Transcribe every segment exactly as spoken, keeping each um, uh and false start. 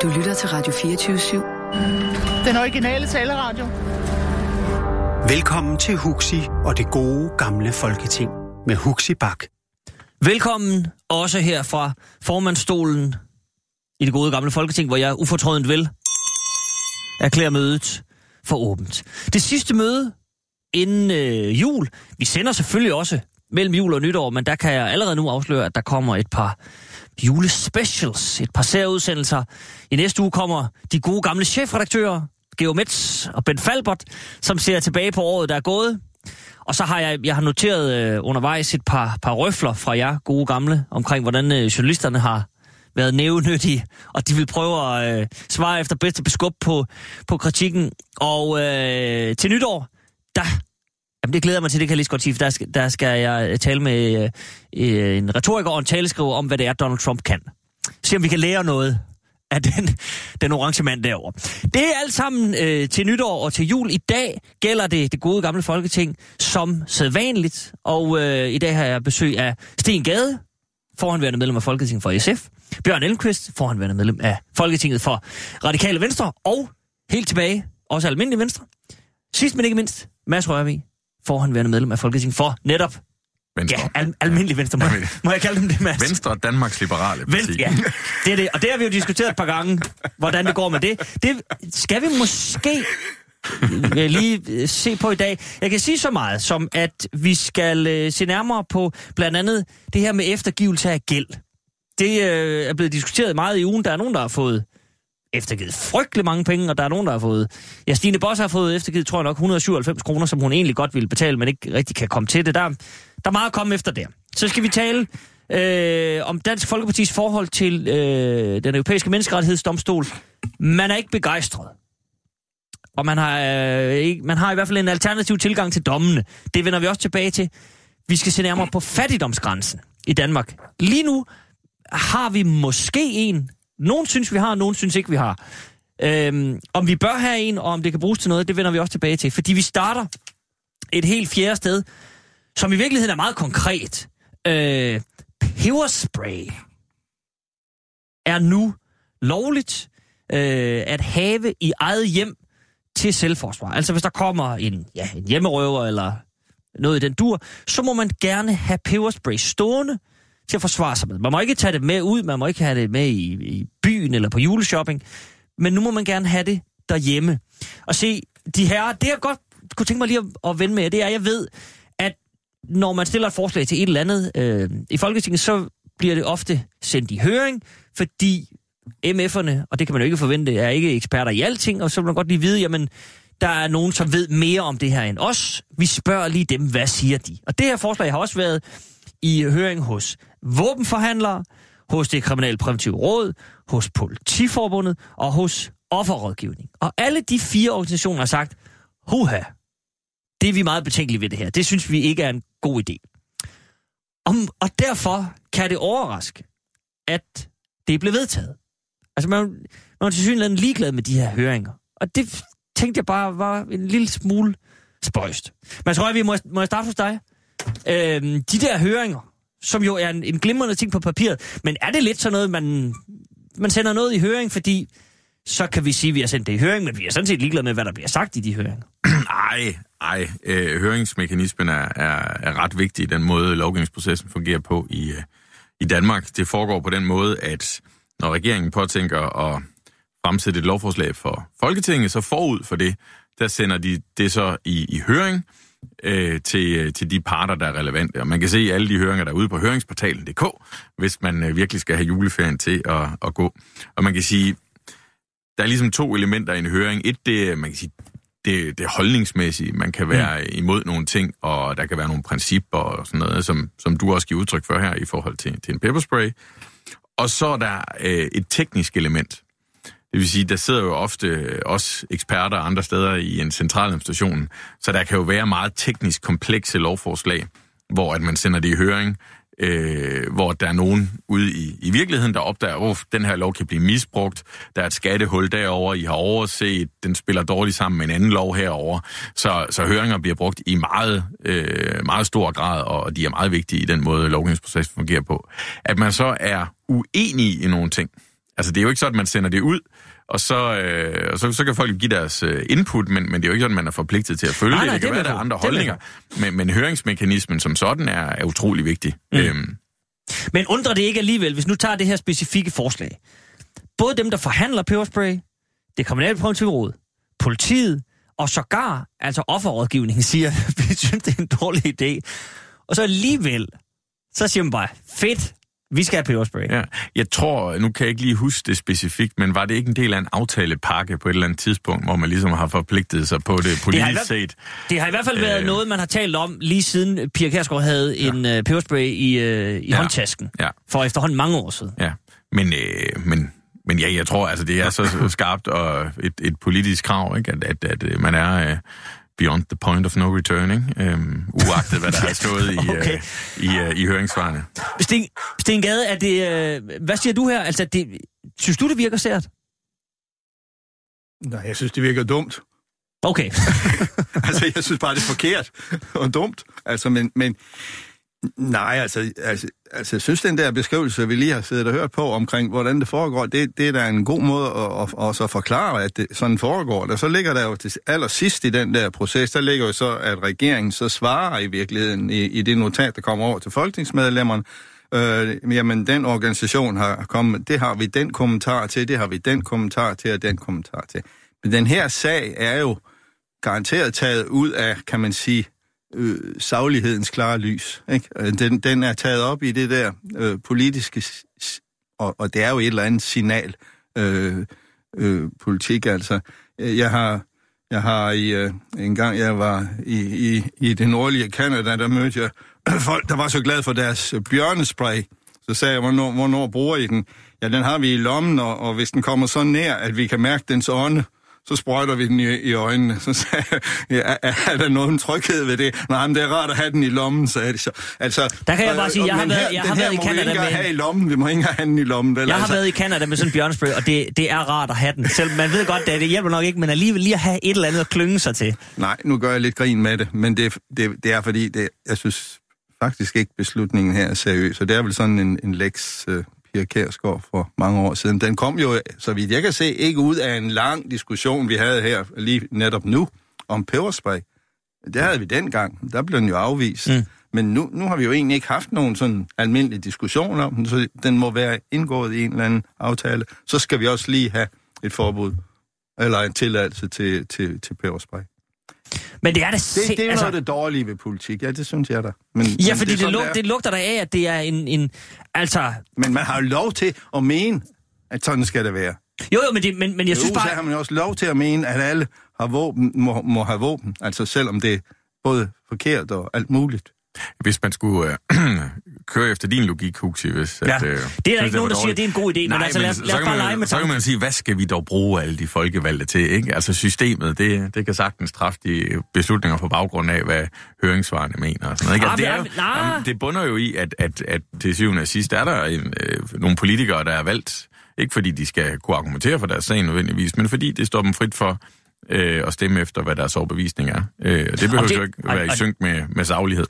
Du lytter til Radio fireogtyve syv. Den originale taleradio. Velkommen til Huxi og det gode gamle Folketing med Huxi Bak. Velkommen også her fra formandsstolen i det gode gamle Folketing, hvor jeg ufortrødent vil erklære mødet for åbent. Det sidste møde inden øh, jul. Vi sender selvfølgelig også mellem jul og nytår, men der kan jeg allerede nu afsløre, at der kommer et par julespecials, et par særudsendelser. I næste uge kommer de gode gamle chefredaktører, Georg Metz og Ben Falbert, som ser tilbage på året, der er gået. Og så har jeg, jeg har noteret øh, undervejs et par, par røfler fra jer, gode gamle, omkring hvordan øh, journalisterne har været nævnyttige, og de vil prøve at øh, svare efter bedste beskub på, på kritikken. Og øh, til nytår, der... Jamen, det glæder mig til, det kan jeg lige så godt sige, for der skal, der skal jeg tale med øh, en retoriker og en taleskriver om, hvad det er, Donald Trump kan. Se om vi kan lære noget af den, den orange mand derovre. Det er alt sammen øh, til nytår og til jul. I dag gælder det det gode gamle Folketing som sædvanligt, og øh, i dag har jeg besøg af Steen Gade, forhenværende medlem af Folketinget for S F, Bjørn Elmquist, forhenværende medlem af Folketinget for Radikale Venstre, og helt tilbage, også almindelig Venstre. Sidst men ikke mindst, Mads Rørvig, forhenværende medlem af Folketinget for netop Venstre. Ja, al- almindelig Venstre. Må, må jeg kalde dem det, Mads? Venstre, Danmarks Liberale Parti. Venstre, ja, det er det. Og det har vi jo diskuteret et par gange, hvordan det går med det. Det skal vi måske lige se på i dag. Jeg kan sige så meget, som at vi skal uh, se nærmere på blandt andet det her med eftergivelse af gæld. Det uh, er blevet diskuteret meget i ugen. Der er nogen, der har fået eftergivet frygtelig mange penge, og der er nogen, der har fået... Ja, Stine Bosse har fået eftergivet, tror jeg nok, et hundrede og syvoghalvfems kroner, som hun egentlig godt ville betale, men ikke rigtig kan komme til det. Der, der er meget at komme efter der. Så skal vi tale øh, om Dansk Folkepartis forhold til øh, den europæiske menneskerettighedsdomstol. Man er ikke begejstret. Og man har, øh, ikke, man har i hvert fald en alternativ tilgang til dommene. Det vender vi også tilbage til. Vi skal se nærmere på fattigdomsgrænsen i Danmark. Lige nu har vi måske en... Nogen synes, vi har, nogen synes ikke, vi har. Øhm, om vi bør have en, og om det kan bruges til noget, det vender vi også tilbage til. Fordi vi starter et helt fjerde sted, som i virkeligheden er meget konkret. Øh, peberspray er nu lovligt øh, at have i eget hjem til selvforsvar. Altså hvis der kommer en, ja, en hjemmerøver eller noget i den dur, så må man gerne have peberspray stående til at forsvare sig med. Man må ikke tage det med ud, man må ikke have det med i, i byen eller på juleshopping, men nu må man gerne have det derhjemme. Og se, de her, det jeg godt kunne tænke mig lige at, at vende med, det er, at jeg ved, at når man stiller et forslag til et eller andet øh, i Folketinget, så bliver det ofte sendt i høring, fordi M F'erne, og det kan man jo ikke forvente, er ikke eksperter i alting, og så vil man godt lige vide, jamen, der er nogen, som ved mere om det her end os. Vi spørger lige dem, hvad siger de? Og det her forslag har også været i høring hos våbenforhandlere, hos det kriminalpræventive råd, hos Politiforbundet og hos offerrådgivning. Og alle de fire organisationer har sagt, huha, det er vi meget betænkelige ved det her. Det synes vi ikke er en god idé. Om, og derfor kan det overraske, at det er blevet vedtaget. Altså man, man er til synligheden ligeglad med de her høringer. Og det tænkte jeg bare var en lille smule spøjst. Men jeg tror, at vi må, må jeg starte hos dig. Øhm, de der høringer, som jo er en, en glimrende ting på papiret, men er det lidt sådan noget, man, man sender noget i høring, fordi så kan vi sige, at vi har sendt det i høring, men vi er sådan set ligeglade med, hvad der bliver sagt i de høringer. Ej, ej. Øh, høringsmekanismen er, er, er ret vigtig, den måde lovgivningsprocessen fungerer på i, øh, i Danmark. Det foregår på den måde, at når regeringen påtænker at fremsætte et lovforslag for Folketinget, så forud for det, der sender de det så i, i høring, Øh, til, til de parter, der er relevante. Og man kan se alle de høringer, der er ude på høringsportalen punktum d k, hvis man øh, virkelig skal have juleferien til at, at gå. Og man kan sige, der er ligesom to elementer i en høring. Et, det, man kan sige, det, det holdningsmæssige. Man kan være mm. imod nogle ting, og der kan være nogle principper og sådan noget, som, som du også giver udtryk for her i forhold til, til en pepperspray. Og så er der øh, et teknisk element. Det vil sige, der sidder jo ofte også eksperter andre steder i en centraladministration, så der kan jo være meget teknisk komplekse lovforslag, hvor at man sender det i høring, øh, hvor der er nogen ude i, i virkeligheden, der opdager, at den her lov kan blive misbrugt, der er et skattehul derovre, I har overset, den spiller dårligt sammen med en anden lov herover, så, så høringer bliver brugt i meget, øh, meget stor grad, og de er meget vigtige i den måde, lovgivningsprocessen fungerer på. At man så er uenig i nogle ting, altså det er jo ikke sådan, at man sender det ud, og så, øh, og så, så kan folk give deres øh, input, men, men det er jo ikke sådan, man er forpligtet til at følge nej, det. Nej, det kan det være, der er andre holdninger, men, men høringsmekanismen som sådan er, er utrolig vigtig. Mm. Øhm. Men undrer det ikke alligevel, hvis nu tager det her specifikke forslag? Både dem, der forhandler peberspray, det kriminalpræventive råd, politiet og sågar, altså offerrådgivningen, siger, at vi synes, det er en dårlig idé. Og så alligevel, så siger man bare, fedt, vi skal have peberspray. Ja, jeg tror, nu kan jeg ikke lige huske det specifikt, men var det ikke en del af en aftalepakke på et eller andet tidspunkt, hvor man ligesom har forpligtet sig på det politisk det set? Det har i hvert fald været øh, noget, man har talt om, lige siden Pia Kjærsgaard havde ja. en uh, peberspray i, uh, i ja. håndtasken. Ja. For efterhånden mange år siden. Ja, men... Øh, men Men ja, jeg tror, altså det er så skarpt og et, et politisk krav, ikke? At, at, at man er uh, beyond the point of no return, ikke? Um, uagtet hvad der har stået i, okay. uh, i, uh, i høringssvarene. Sten, Sten Gade, er det, uh, hvad siger du her? Altså, det, synes du, det virker sært? Nej, jeg synes, det virker dumt. Okay. altså, jeg synes bare, det er forkert og dumt. Altså, men... men Nej, altså, altså, altså, jeg synes, den der beskrivelse, vi lige har siddet og hørt på omkring, hvordan det foregår, det, det er da en god måde at, at, at så forklare, at det sådan foregår. Og så ligger der jo til allersidst i den der proces, der ligger jo så, at regeringen så svarer i virkeligheden i, i det notat, der kommer over til folketingsmedlemmerne. Øh, jamen, den organisation har kommet, det har vi den kommentar til, det har vi den kommentar til, og den kommentar til. Men den her sag er jo garanteret taget ud af, kan man sige, Øh, saglighedens klare lys. Ikke? Den, den er taget op i det der øh, politiske, og, og det er jo et eller andet signal øh, øh, politik, altså. Jeg har, jeg har i, øh, en gang jeg var i, i, i det nordlige Canada, der mødte jeg folk, der var så glade for deres bjørnespray. Så sagde jeg, hvornår, hvornår bruger I den? Ja, den har vi i lommen, og, og hvis den kommer så nær, at vi kan mærke dens ånde, så sprøjter vi den i, i øjnene. Så sagde jeg, ja, er, er der nogen tryghed ved det? Nej, men det er rart at have den i lommen, sagde de så. Altså, der kan jeg bare sige, jeg har været, jeg har været i Canada med... Den her må vi ikke have i lommen, vi må ikke have den i lommen. Vel, jeg altså. har været i Canada med sådan en bjørnespray, og det, det er rart at have den. Selv man ved godt, at det hjælper nok ikke, men alligevel lige at have et eller andet at klynge sig til. Nej, nu gør jeg lidt grin med det, men det, det, det er fordi, det, jeg synes faktisk ikke, beslutningen her er seriøs. Og det er vel sådan en, en lex... Uh, Pia Kjærsgaard for mange år siden. Den kom jo, så vidt jeg kan se, ikke ud af en lang diskussion, vi havde her lige netop nu, om peberspray. Det havde vi dengang. Der blev den jo afvist. Mm. Men nu, nu har vi jo egentlig ikke haft nogen sådan almindelig diskussion om den, så den må være indgået i en eller anden aftale. Så skal vi også lige have et forbud, eller en tilladelse til, til, til peberspray. Men det er da det, det er jo altså... noget af det dårlige ved politik. Ja, det synes jeg da. Men, ja, men fordi det, det, lug, det, det lugter der af, at det er en, en... Altså... Men man har jo lov til at mene, at sådan skal det være. Jo, jo, men, det, men, men jeg synes bare... Så har man jo også lov til at mene, at alle har våben, må, må have våben. Altså selvom det er både forkert og alt muligt. Hvis man skulle øh, køre efter din logik, Huxi, hvis... Ja, at, øh, det er der ikke nogen, der siger, at det er en god idé, Nej, men altså lad, men, lad os bare lege med så kan man sige, hvad skal vi dog bruge alle de folkevalgte til, ikke? Altså systemet, det, det kan sagtens træffe de beslutninger på baggrund af, hvad høringssvarene mener og sådan noget, ikke? Altså, det, er jo, jamen, det bunder jo i, at, at, at til syvende og sidst er der en, øh, nogle politikere, der er valgt, ikke fordi de skal kunne argumentere for deres sag nødvendigvis, men fordi det står dem frit for Øh, og stemme efter, hvad deres overbevisning er. Øh, det behøver det, jo ikke være i synk med, med saglighed.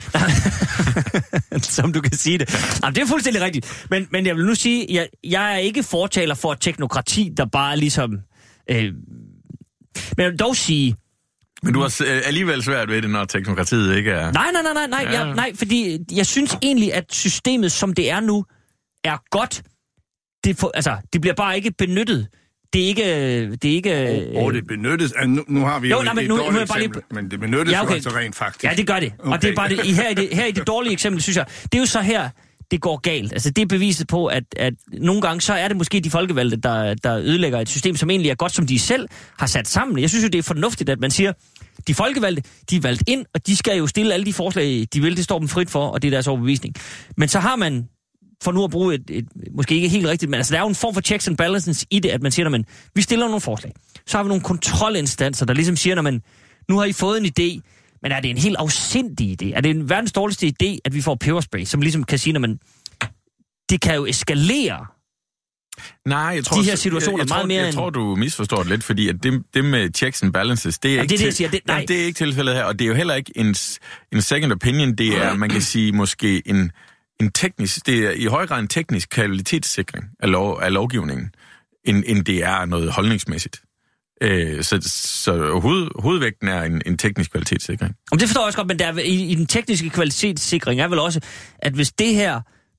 Som du kan sige det. Jamen, det er fuldstændig rigtigt. Men, men jeg vil nu sige, jeg, jeg er ikke fortaler for teknokrati, der bare ligesom... Øh, men jeg vil dog sige... Men du har alligevel svært ved det, når teknokratiet ikke er... Nej, nej, nej, nej, nej, ja. jeg, nej fordi jeg synes egentlig, at systemet, som det er nu, er godt. Det, for, altså, det bliver bare ikke benyttet. Det er ikke... Det er ikke... Og oh, det benyttes... Altså, nu, nu har vi jo, jo nej, men et nu, dårligt nu bare eksempel, lige... men det benyttes ja, okay. jo altså rent faktisk. Ja, det gør det. Okay. Og det er bare det, her, i det, her i det dårlige eksempel, synes jeg, det er jo så her, det går galt. Altså, det er beviset på, at, at nogle gange, så er det måske de folkevalgte, der, der ødelægger et system, som egentlig er godt, som de selv har sat sammen. Jeg synes jo, det er fornuftigt, at man siger, de folkevalgte, de er valgt ind, og de skal jo stille alle de forslag, de vil. Det står dem frit for, og det er deres overbevisning. Men så har man... for nu at bruge et, et, måske ikke helt rigtigt, men altså der er jo en form for checks and balances i det, at man siger, når man, vi stiller nogle forslag, så har vi nogle kontrolinstanser, der ligesom siger, når man, nu har I fået en idé, men er det en helt afsindig idé? Er det en verdens dårligste idé, at vi får peberspray, som ligesom kan sige, når man, det kan jo eskalere Nej, jeg tror, de her situationer jeg, jeg, meget tror, mere jeg end... tror, du misforstår det lidt, fordi at det, det med checks and balances, det er, ja, ikke, det, det, jeg siger. Det, nej. Ja, det er ikke tilfældet her, og det er jo heller ikke en, en second opinion, det er, man kan sige, måske en en teknisk, det er i høj grad en teknisk kvalitetssikring af, lov, af lovgivningen, end, end det er noget holdningsmæssigt. Øh, så så hoved, hovedvægten er en, en teknisk kvalitetssikring. Om det forstår jeg også godt, men der er, i, i den tekniske kvalitetssikring er vel også, at hvis det her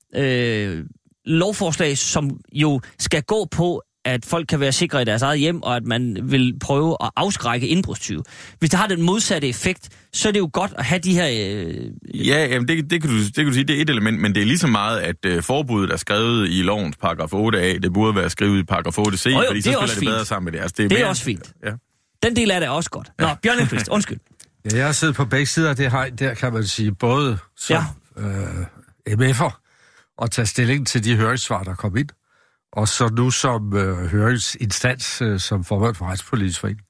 øh, lovforslag, som jo skal gå på, at folk kan være sikre i deres eget hjem, og at man vil prøve at afskrække indbrudstyve. Hvis det har den modsatte effekt, så er det jo godt at have de her... Øh... Ja, jamen det, det, kan du, det kan du sige, det er et element, men det er lige så meget, at øh, forbuddet er skrevet i lovens paragraf otte a, det burde være skrevet i paragraf otte c, oh, jo, fordi så spiller det fint. Bedre sammen med det. Altså, det er, det er mere, også fint. Ja. Den del af det er også godt. Nå, Bjørn Lindqvist, undskyld. Ja, jeg har siddet på begge sider af det her, der kan man sige, både som ja. øh, M F'er og tage stilling til de høringssvar, der kom ind, og så nu som øh, høringsinstans, øh, som formand for Retspolitisk Forening.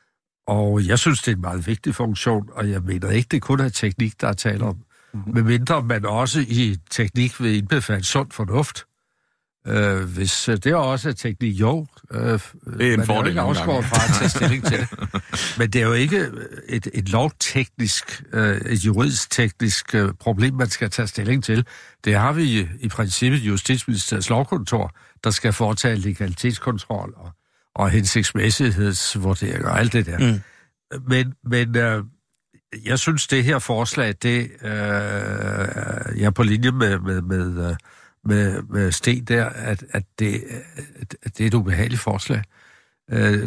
Og jeg synes, det er en meget vigtig funktion, og jeg mener ikke, det kun er teknik, der er tale om. Mm-hmm. Medmindre man også i teknik vil indbefatte sund fornuft. Øh, hvis det også er teknik, jo. Øh, det er en man fordel, er jo ikke afskåret fra at tage stilling til det. Men det er jo ikke et, et lovteknisk, øh, et juridisk-teknisk øh, problem, man skal tage stilling til. Det har vi i, i princippet Justitsministeriets lovkontor, der skal foretage legalitetskontrol og, og hensigtsmæssighedsvurdering og alt det der. Mm. Men, men øh, jeg synes, det her forslag, det øh, jeg er på linje med, med, med, med, med Sten der, at, at, det, at det er et ubehageligt forslag. Øh,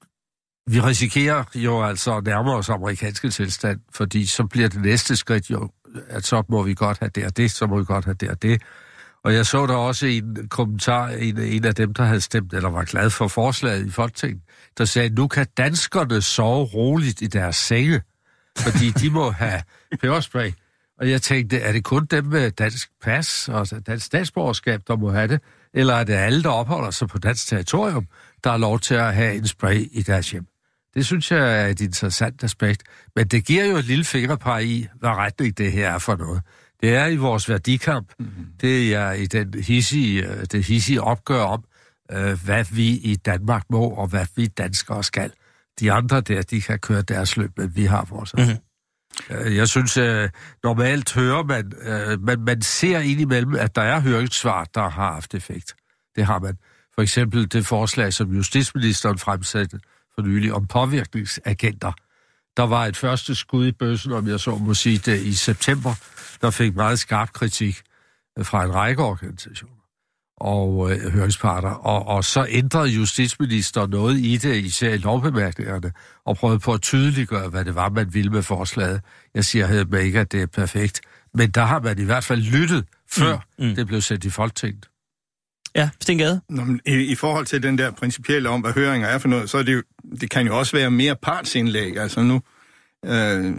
vi risikerer jo altså at nærme os amerikanske tilstand, fordi så bliver det næste skridt jo, at så må vi godt have det og det, så må vi godt have det og det. Og jeg så der også en kommentar, en, en af dem, der havde stemt, eller var glad for forslaget i Folketinget, der sagde, nu kan danskerne sove roligt i deres senge, fordi de må have peberspray. Og jeg tænkte, er det kun dem med dansk pas og dansk statsborgerskab, der må have det? Eller er det alle, der opholder sig på dansk territorium, der er lov til at have en spray i deres hjem? Det synes jeg er et interessant aspekt. Men det giver jo et lille fingerpeg i, hvad retning det her er for noget. Det er i vores værdikamp. Mm-hmm. Det er i den hissige, det hissige opgør om, øh, hvad vi i Danmark må, og hvad vi danskere skal. De andre der, de kan køre deres løb, men vi har vores. Mm-hmm. Jeg synes, øh, normalt hører man, øh, man, man ser indimellem, at der er høringssvar, der har haft effekt. Det har man. For eksempel det forslag, som justitsministeren fremsatte for nylig om påvirkningsagenter. Der var et første skud i bøssen, om jeg så må sige det, i september, der fik meget skarp kritik fra en række organisationer og øh, høringsparter. Og, og så ændrede justitsministeren noget i det, især i lovbemærkningerne, og prøvede på at tydeliggøre, hvad det var, man ville med forslaget. Jeg siger med ikke, at det er perfekt, men der har man i hvert fald lyttet, før mm, mm. det blev sendt i Folketinget. Ja, Sten Gade. Nå, men i, I forhold til den der principielle om, hvad høringer er for noget, så er det jo, det kan jo også være mere partsindlæg. Altså nu øh,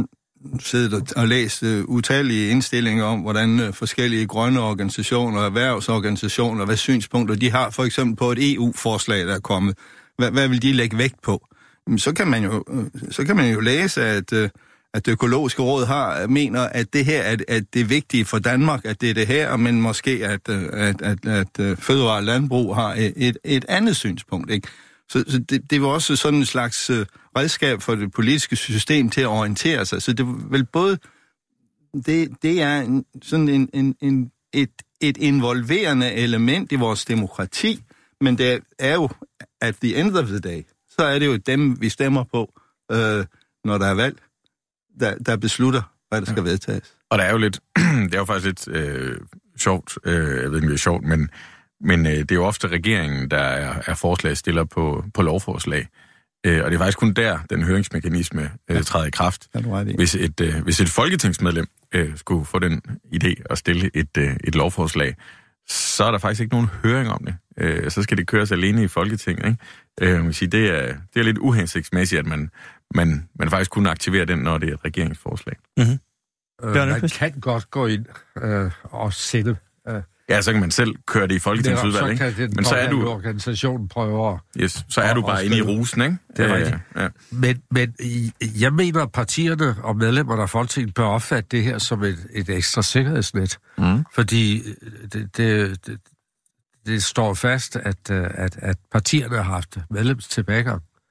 sidder og læst uh, utallige indstillinger om, hvordan uh, forskellige grønne organisationer, erhvervsorganisationer, hvad synspunkter de har, for eksempel på et E U-forslag, der er kommet. Hvad, hvad vil de lægge vægt på? Jamen, så kan man jo, uh, så kan man jo læse, at uh, at det økologiske råd har, mener, at det her er, at det er vigtigt for Danmark, at det er det her, men måske at, at, at, at fødevare og landbrug har et, et andet synspunkt. Ikke? Så, så det, det var også sådan en slags redskab for det politiske system til at orientere sig. Så det er vel både, det, det er en, sådan en, en, en, et, et involverende element i vores demokrati, men det er jo, at the end of the day, så er det jo dem, vi stemmer på, øh, når der er valg. Der, der beslutter, hvad der skal ja. vedtages. Og der er jo lidt, det er jo faktisk lidt øh, sjovt, øh, jeg ved ikke, det er sjovt, men, men øh, det er jo ofte regeringen, der er, er forslagsstiller på, på lovforslag. Øh, og det er faktisk kun der, den høringsmekanisme øh, træder i kraft. Hvis et, øh, hvis et folketingsmedlem øh, skulle få den idé at stille et, øh, et lovforslag, så er der faktisk ikke nogen høring om det. Øh, så skal det køres alene i Folketinget. Ikke? Øh, man kan sige, det, er, det er lidt uhensigtsmæssigt, at man, man, man faktisk kun aktiverer den, når det er et regeringsforslag. Mm-hmm. Øh, man kan godt gå ind øh, og sætte... Øh, ja, så kan man selv køre det i Folketingsudvalg, ikke? Så kan men så er du organisationen prøve at... Yes, så er du bare inde i rusen, ikke? Det er rigtigt. Ja, ja. Men, men jeg mener, at partierne og medlemmerne af Folketinget bør opfatte det her som et, et ekstra sikkerhedsnet. Mm. Fordi det, det, det, det står fast, at, at, at partierne har haft medlemstilbagegang.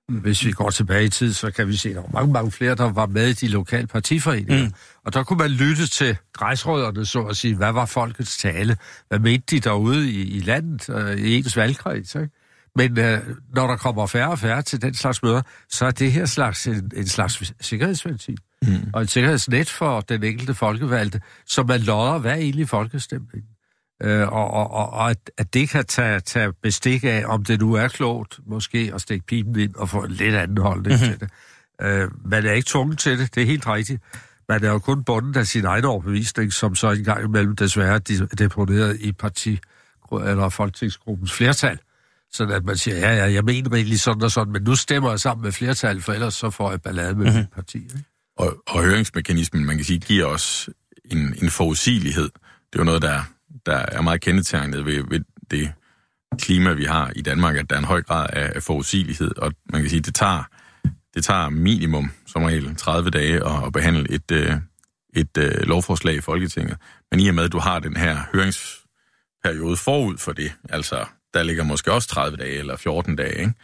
Hvis vi går tilbage i tid, så kan vi se, at der var mange, mange flere, der var med i de lokale partiforeninger. Mm. Og der kunne man lytte til græsrødderne, så at sige, hvad var folkets tale? Hvad mente de derude i, i landet, øh, i ens valgkreds? Ikke? Men øh, når der kommer færre og færre til den slags møder, så er det her slags en, en slags sikkerhedsventil. Mm. Og et sikkerhedsnet for den enkelte folkevalgte, som man lodder hver egentlig folkestemning. Øh, og, og, og, og at, at det kan tage, tage bestik af, om det nu er klogt, måske at stikke pipen ind og få en lidt anden holdning mm-hmm. til det. Øh, man er ikke tvunget til det, det er helt rigtigt. Man er jo kun bundet af sin egen overbevisning, som så en gang imellem desværre deponeret i parti- eller folketingsgruppens flertal. Sådan at man siger, ja, ja, jeg mener mig egentlig sådan og sådan, men nu stemmer jeg sammen med flertal, for ellers så får jeg ballade med mm-hmm. mit parti. Ikke? Og, og høringsmekanismen, man kan sige, giver os en, en forudsigelighed. Det er jo noget, der, der er meget kendetegnet ved, ved det klima, vi har i Danmark, at der er en høj grad af, af forudsigelighed, og man kan sige, det tager, det tager minimum, som regel, tredive dage at, at behandle et, et, et, et lovforslag i Folketinget. Men i og med, at du har den her høringsperiode forud for det, altså der ligger måske også tredive dage eller fjorten dage, ikke?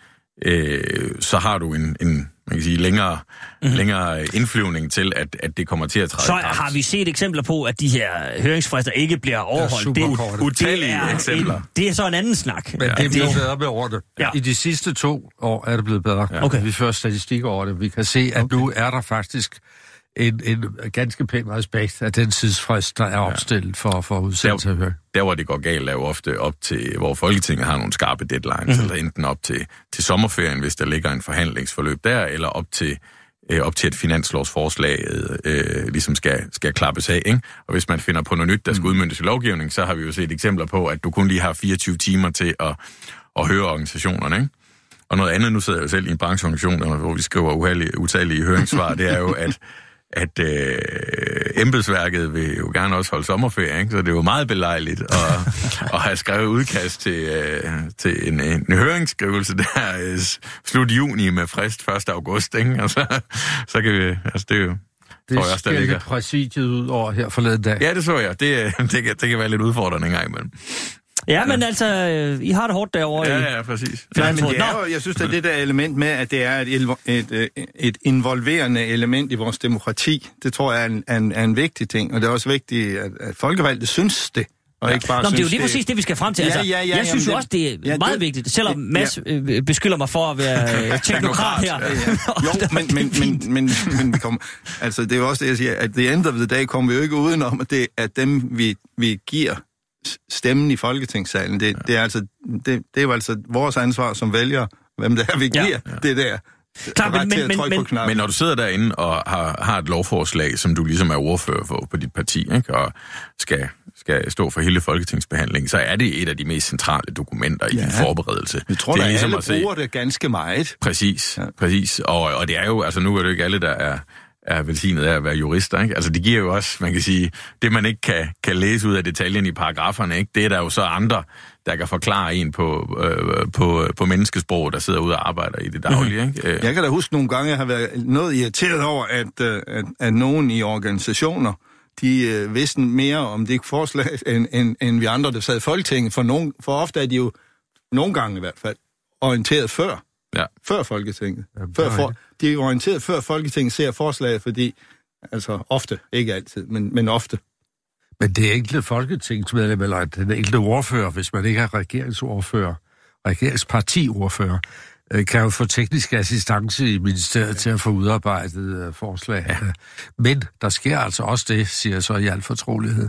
Øh, så har du en, en man kan sige, længere, mm-hmm. længere indflyvning til, at, at det kommer til at træde. Så har vi set eksempler på, at de her høringsfrister ikke bliver overholdt. Det er utallige eksempler. En, det er så en anden snak. Men ja, det er blevet bedre med årene. Ja. I de sidste to år er det blevet bedre. Ja. Okay. Vi fører statistik over det. Vi kan se, at okay. nu er der faktisk en, en ganske pæn respekt af den tidsfrist, der er opstillet for, for udsendelse af høring. Der, hvor det går galt, er jo ofte op til, hvor Folketinget har nogle skarpe deadlines, mm. eller enten op til, til sommerferien, hvis der ligger en forhandlingsforløb der, eller op til, øh, op til et finanslovsforslag, øh, ligesom skal, skal klappes af, ikke? Og hvis man finder på noget nyt, der skal udmøntes i lovgivning, så har vi jo set eksempler på, at du kun lige har fireogtyve timer til at, at høre organisationerne, ikke? Og noget andet, nu sidder jeg jo selv i en brancheorganisation, hvor vi skriver utallige, utallige høringssvar, det er jo, at at øh, embedsværket vil jo gerne også holde sommerferie, ikke? Så det er jo meget belejligt at, at have skrevet udkast til, øh, til en, en høringsskrivelse der øh, slut juni med frist første august, ikke? Og så, så kan vi, altså det er jo... Det skældte præsidiet ud over her forleden dag. Ja, det så jeg. Det, det, kan, det kan være lidt udfordrende en gang imellem. Ja, men ja. altså, I har det hårdt derovre. Ja, ja, præcis. Ja, men det er jo, jeg synes, at det der element med, at det er et, et, et, et involverende element i vores demokrati, det tror jeg er en, er en, er en vigtig ting. Og det er også vigtigt, at, at folkevalgte synes det. Og ikke bare Nå, synes, det er jo lige det... præcis det, vi skal frem til. Altså, ja, ja, ja, jeg synes jo også, det er ja, meget det... vigtigt, selvom Mads ja. beskylder mig for at være teknokrat her. Ja, ja. Jo, men, men, men, men, men vi kommer... Altså, det er jo også det, jeg siger, at det end of the day kommer vi jo ikke udenom, at det at dem, vi, vi giver stemmen i Folketingssalen, det, ja. det, er altså, det, det er jo altså vores ansvar som vælger, hvem det er, vi giver ja. det der. Klar, men, men, men, men, men når du sidder derinde og har, har et lovforslag, som du ligesom er ordfører for på dit parti, ikke, og skal, skal stå for hele folketingsbehandlingen, så er det et af de mest centrale dokumenter i ja. din forberedelse. Jeg tror, det er ligesom alle at se... bruger det ganske meget. Præcis, ja. præcis. Og, og det er jo, altså nu er det jo ikke alle, der er... er velsignet af at være jurister, ikke? Altså, det giver jo også, man kan sige, det man ikke kan, kan læse ud af detaljen i paragraferne, ikke? Det er der jo så andre, der kan forklare en på, øh, på, på menneskesprog, der sidder ude og arbejder i det daglige, ikke? Jeg kan da huske nogle gange, jeg har været noget irriteret over, at, at, at nogen i organisationer, de øh, vidste mere om det forslag, end, end, end vi andre, der sad i Folketinget. For, nogen, for ofte er de jo, nogle gange i hvert fald, orienteret før. Ja. Før Folketinget. Ja, før for, de er orienteret før Folketinget ser forslaget, fordi, altså ofte, ikke altid, men, men ofte. Men det enkelte folketingsmedlem, eller den enkelte ordfører, hvis man ikke er regeringsordfører, regeringspartiordfører, kan jo få teknisk assistance i ministeriet ja. til at få udarbejdet uh, forslag. Ja. Men der sker altså også det, siger jeg så i al fortrolighed,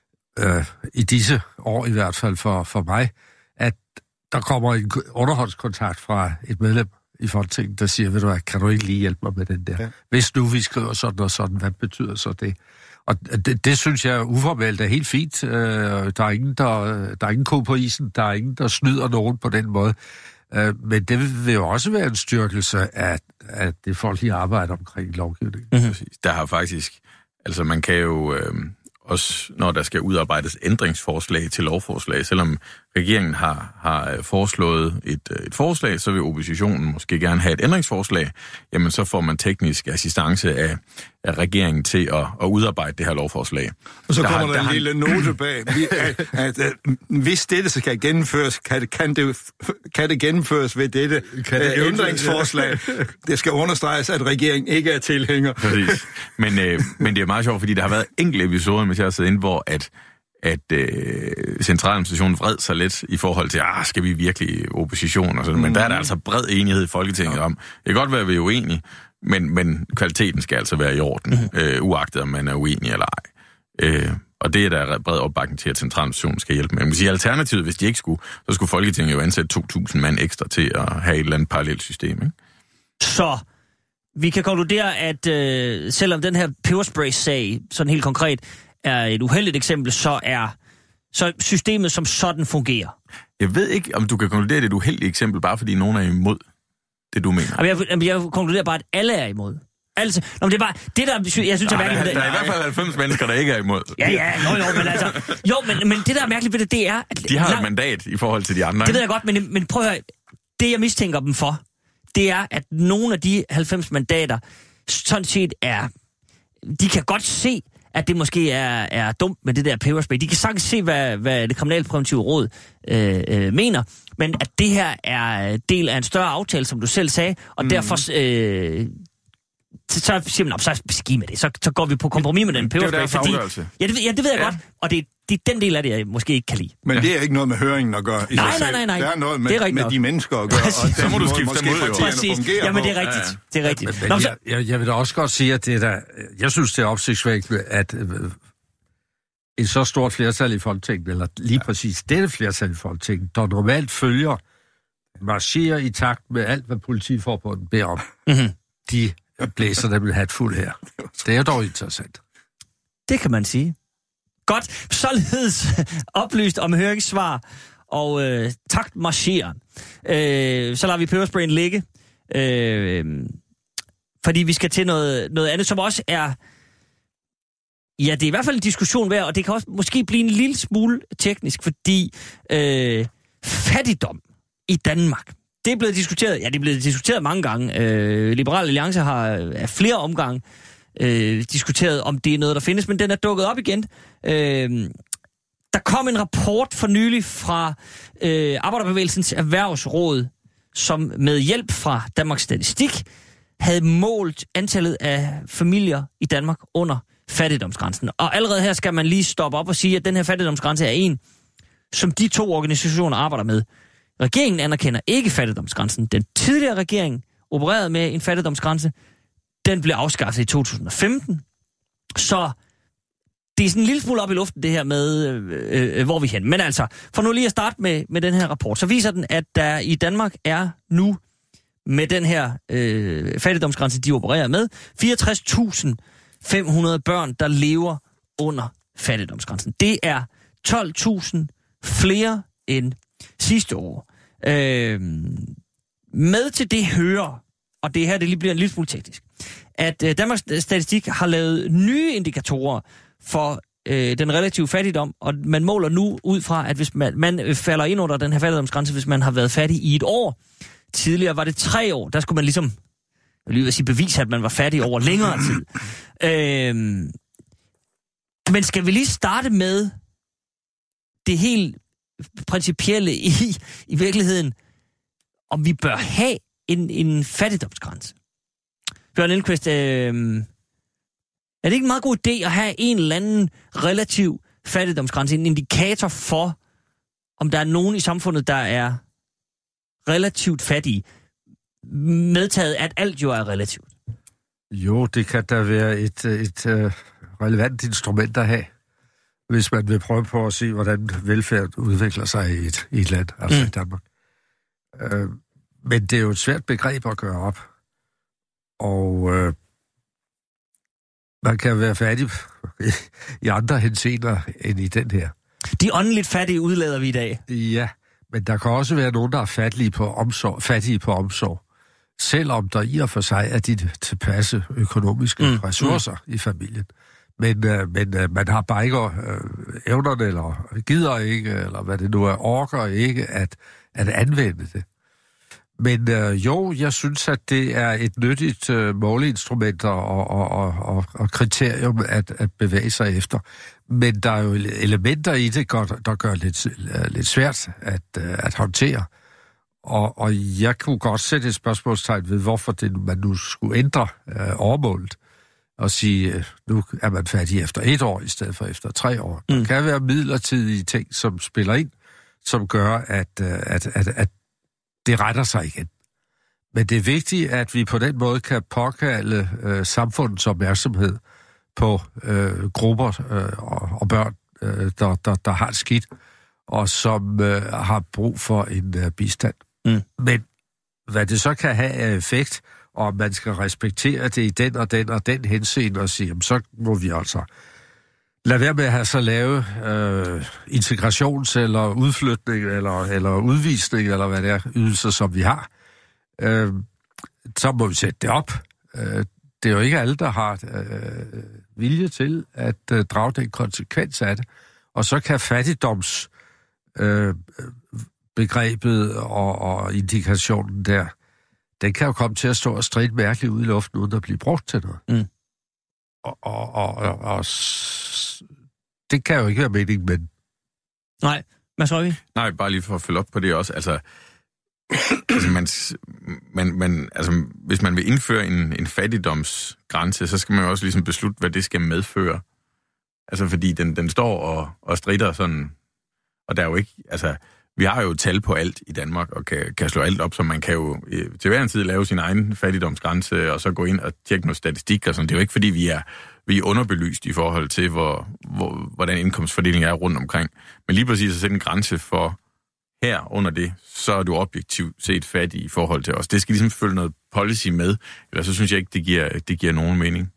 uh, i disse år i hvert fald for, for mig, at der kommer en underhåndskontakt fra et medlem i Folketinget, der siger, ved du hvad, kan du ikke lige hjælpe mig med den der? Ja. Hvis nu vi skriver sådan og sådan, hvad betyder så det? Og det, det synes jeg uformelt er helt fint. Øh, der er ingen, der, der er ingen ko på isen, der er ingen, der snyder nogen på den måde. Øh, men det vil jo også være en styrkelse af, af det folkelige arbejde omkring lovgivning. Mm-hmm. Der har faktisk, altså man kan jo... Øh... også når der skal udarbejdes ændringsforslag til lovforslag, selvom regeringen har, har foreslået et, et forslag, så vil oppositionen måske gerne have et ændringsforslag, jamen så får man teknisk assistance af, af regeringen til at, at udarbejde det her lovforslag. Og så der kommer har, der, der en har... lille note bag, at, at, at hvis dette skal gennemføres, kan det, kan det, kan det gennemføres ved dette kan det ændringsforslag. Det skal understreges, at regeringen ikke er tilhænger. Præcis. Men, øh, men det er meget sjovt, fordi der har været enkelte episoder, mens jeg har siddet inde, hvor at at øh, centraladministrationen vred sig lidt i forhold til, ah, skal vi virkelig opposition og sådan, mm. men der er der altså bred enighed i Folketinget ja. om. Det kan godt være, at vi er uenige, men, men kvaliteten skal altså være i orden, mm. øh, uagtet om man er uenig eller ej. Øh, og det er der bred opbakning til, at centraladministrationen skal hjælpe med. Man kan sige, alternativet, hvis de ikke skulle, så skulle Folketinget jo ansætte to tusind mand ekstra til at have et eller andet parallelt system, ikke? Så vi kan konkludere, at øh, selvom den her peberspray-sag, sådan helt konkret, er et uheldigt eksempel, så er så systemet som sådan fungerer. Jeg ved ikke, om du kan konkludere, det er et uheldigt eksempel, bare fordi nogen er imod det, du mener. Jeg, jeg, jeg konkluderer bare, at alle er imod. Altså, nå, det er bare det, der jeg synes er mærkeligt ved det. Der er i hvert fald halvfems mennesker, der ikke er imod. Ja, ja, jo, jo, men altså... Jo, men, men det, der er mærkeligt ved det, det er... At de har lang, et mandat i forhold til de andre. Det ved jeg godt, men, men prøv at høre. Det, jeg mistænker dem for, det er, at nogle af de halvfems mandater sådan set er... De kan godt se, at det måske er, er dumt med det der peberspray. De kan sagtens se, hvad, hvad det kriminalpræventive råd øh, øh, mener, men at det her er del af en større aftale, som du selv sagde, og mm. derfor øh, så, så siger man, så skidt med det, så, så går vi på kompromis med den peberspray. Det er fordi, afgørelse. Ja, det, ja, det ved jeg ja. godt, og det, det er den del af det, jeg måske ikke kan lide. Men det er ikke noget med høringen at gøre i nej, sig selv. Nej, nej, nej. Det er noget med, er med de mennesker at gøre, Præcis. og så må du skifte dem ud, jo. Præcis. Jamen, det er rigtigt. Ja. Det er rigtigt. Men, men Nå, så... jeg, jeg, jeg vil da også godt sige, at det er der, jeg synes, det er opsigtsvækkende, at øh, et så stort flertal i Folketinget, eller lige ja. præcis dette flertal i Folketinget, der normalt følger, marcherer i takt med alt, hvad politiforbundet beder om, mm-hmm. de blæser dem et hatfuld her. Det er dog interessant. Det kan man sige. Godt, således oplyst om høringssvar og øh, takt marcheren. Øh, så lader vi pebersprayen ligge, øh, fordi vi skal til noget, noget andet, som også er... Ja, det er i hvert fald en diskussion værd, og det kan også måske blive en lille smule teknisk, fordi øh, fattigdom i Danmark, det er blevet diskuteret, ja, det er blevet diskuteret mange gange. Øh, Liberal Alliance har af flere omgange øh, diskuteret, om det er noget, der findes, men den er dukket op igen. Øh, der kom en rapport for nylig fra øh, Arbejderbevægelsens Erhvervsråd, som med hjælp fra Danmarks Statistik havde målt antallet af familier i Danmark under fattigdomsgrænsen. Og allerede her skal man lige stoppe op og sige, at den her fattigdomsgrænse er en, som de to organisationer arbejder med. Regeringen anerkender ikke fattigdomsgrænsen. Den tidligere regering opererede med en fattigdomsgrænse. Den blev afskaffet i to tusind og femten. Så det er sådan en lille smule op i luften, det her med, øh, øh, hvor vi er hen. Men altså, for nu lige at starte med, med den her rapport, så viser den, at der i Danmark er nu med den her øh, fattigdomsgrænse, de opererer med, fireogtres tusind fem hundrede børn, der lever under fattigdomsgrænsen. Det er tolv tusind flere end sidste år. Øh, med til det hører, og det her det lige bliver en lille smule teknisk, at øh, Danmarks Statistik har lavet nye indikatorer for øh, den relative fattigdom, og man måler nu ud fra, at hvis man, man falder ind under den her fattigdomsgrænse, hvis man har været fattig i et år. Tidligere var det tre år. Der skulle man ligesom, jeg vil lige sige, bevise, at man var fattig over længere tid. Øh, men skal vi lige starte med det helt principielle i, i virkeligheden, om vi bør have en, en fattigdomsgrænse? Bjørn Elmquist, øh, er det ikke en meget god idé at have en eller anden relativ fattigdomsgrænse, en indikator for, om der er nogen i samfundet, der er relativt fattige, medtaget at alt jo er relativt? Jo, det kan da være et, et uh, relevant instrument at have, hvis man vil prøve på at se, hvordan velfærd udvikler sig i et, i et land, altså mm. i Danmark. Uh, men det er jo et svært begreb at gøre op. Og uh, man kan være fattig i andre henseender end i den her. De åndeligt fattige udlader vi i dag. Ja, men der kan også være nogen, der er fattige på omsorg, fattige på omsorg, selvom der i og for sig er de tilpasse økonomiske mm. ressourcer mm. i familien. Men, øh, men øh, man har bare ikke øh, evnerne, eller gider ikke, eller hvad det nu er, orker ikke at, at anvende det. Men øh, jo, jeg synes, at det er et nyttigt øh, måleinstrument og, og, og, og, og kriterium at, at bevæge sig efter. Men der er jo elementer i det, der gør det lidt, lidt svært at, at håndtere. Og, og jeg kunne godt sætte et spørgsmålstegn ved, hvorfor det, man nu skulle ændre øh, overmålet og sige, øh, nu er man færdig efter et år i stedet for efter tre år. Mm. Der kan være midlertidige ting, som spiller ind, som gør, at, øh, at, at, at det retter sig igen. Men det er vigtigt, at vi på den måde kan påkalde øh, samfundets opmærksomhed på øh, grupper øh, og, og børn, øh, der, der, der har det skidt, og som øh, har brug for en øh, bistand. Mm. Men hvad det så kan have af effekt, og man skal respektere det i den og den og den henseende og sige, jamen, så må vi altså lade være med at have så lave øh, integrations- eller udflytning eller, eller udvisning, eller hvad det er, ydelser, som vi har. Øh, så må vi sætte det op. Øh, det er jo ikke alle, der har øh, vilje til at øh, drage den konsekvens af det. Og så kan fattigdoms øh, begrebet og, og indikationen der, den kan jo komme til at stå og stride mærkeligt ud i luften, uden at blive brugt til noget. Mm. Og, og, og, og, og det kan jo ikke være meningen, men... Nej, hvad så vi? Nej, bare lige for at følge op på det også. Altså, altså, man, man, man, altså hvis man vil indføre en, en fattigdomsgrænse, så skal man jo også ligesom beslutte, hvad det skal medføre. Altså, fordi den, den står og, og strider sådan... Og der er jo ikke... Altså, vi har jo tal på alt i Danmark, og kan, kan slå alt op, så man kan jo til hver en tid lave sin egen fattigdomsgrænse, og så gå ind og tjekke noget statistik og sådan. Det er jo ikke, fordi vi er, vi er underbelyst i forhold til, hvor, hvor, hvordan indkomstfordelingen er rundt omkring. Men lige præcis at sætte en grænse for her under det, så er du objektivt set fattig i forhold til os. Det skal ligesom følge noget policy med, eller så synes jeg ikke, det giver, det giver nogen mening.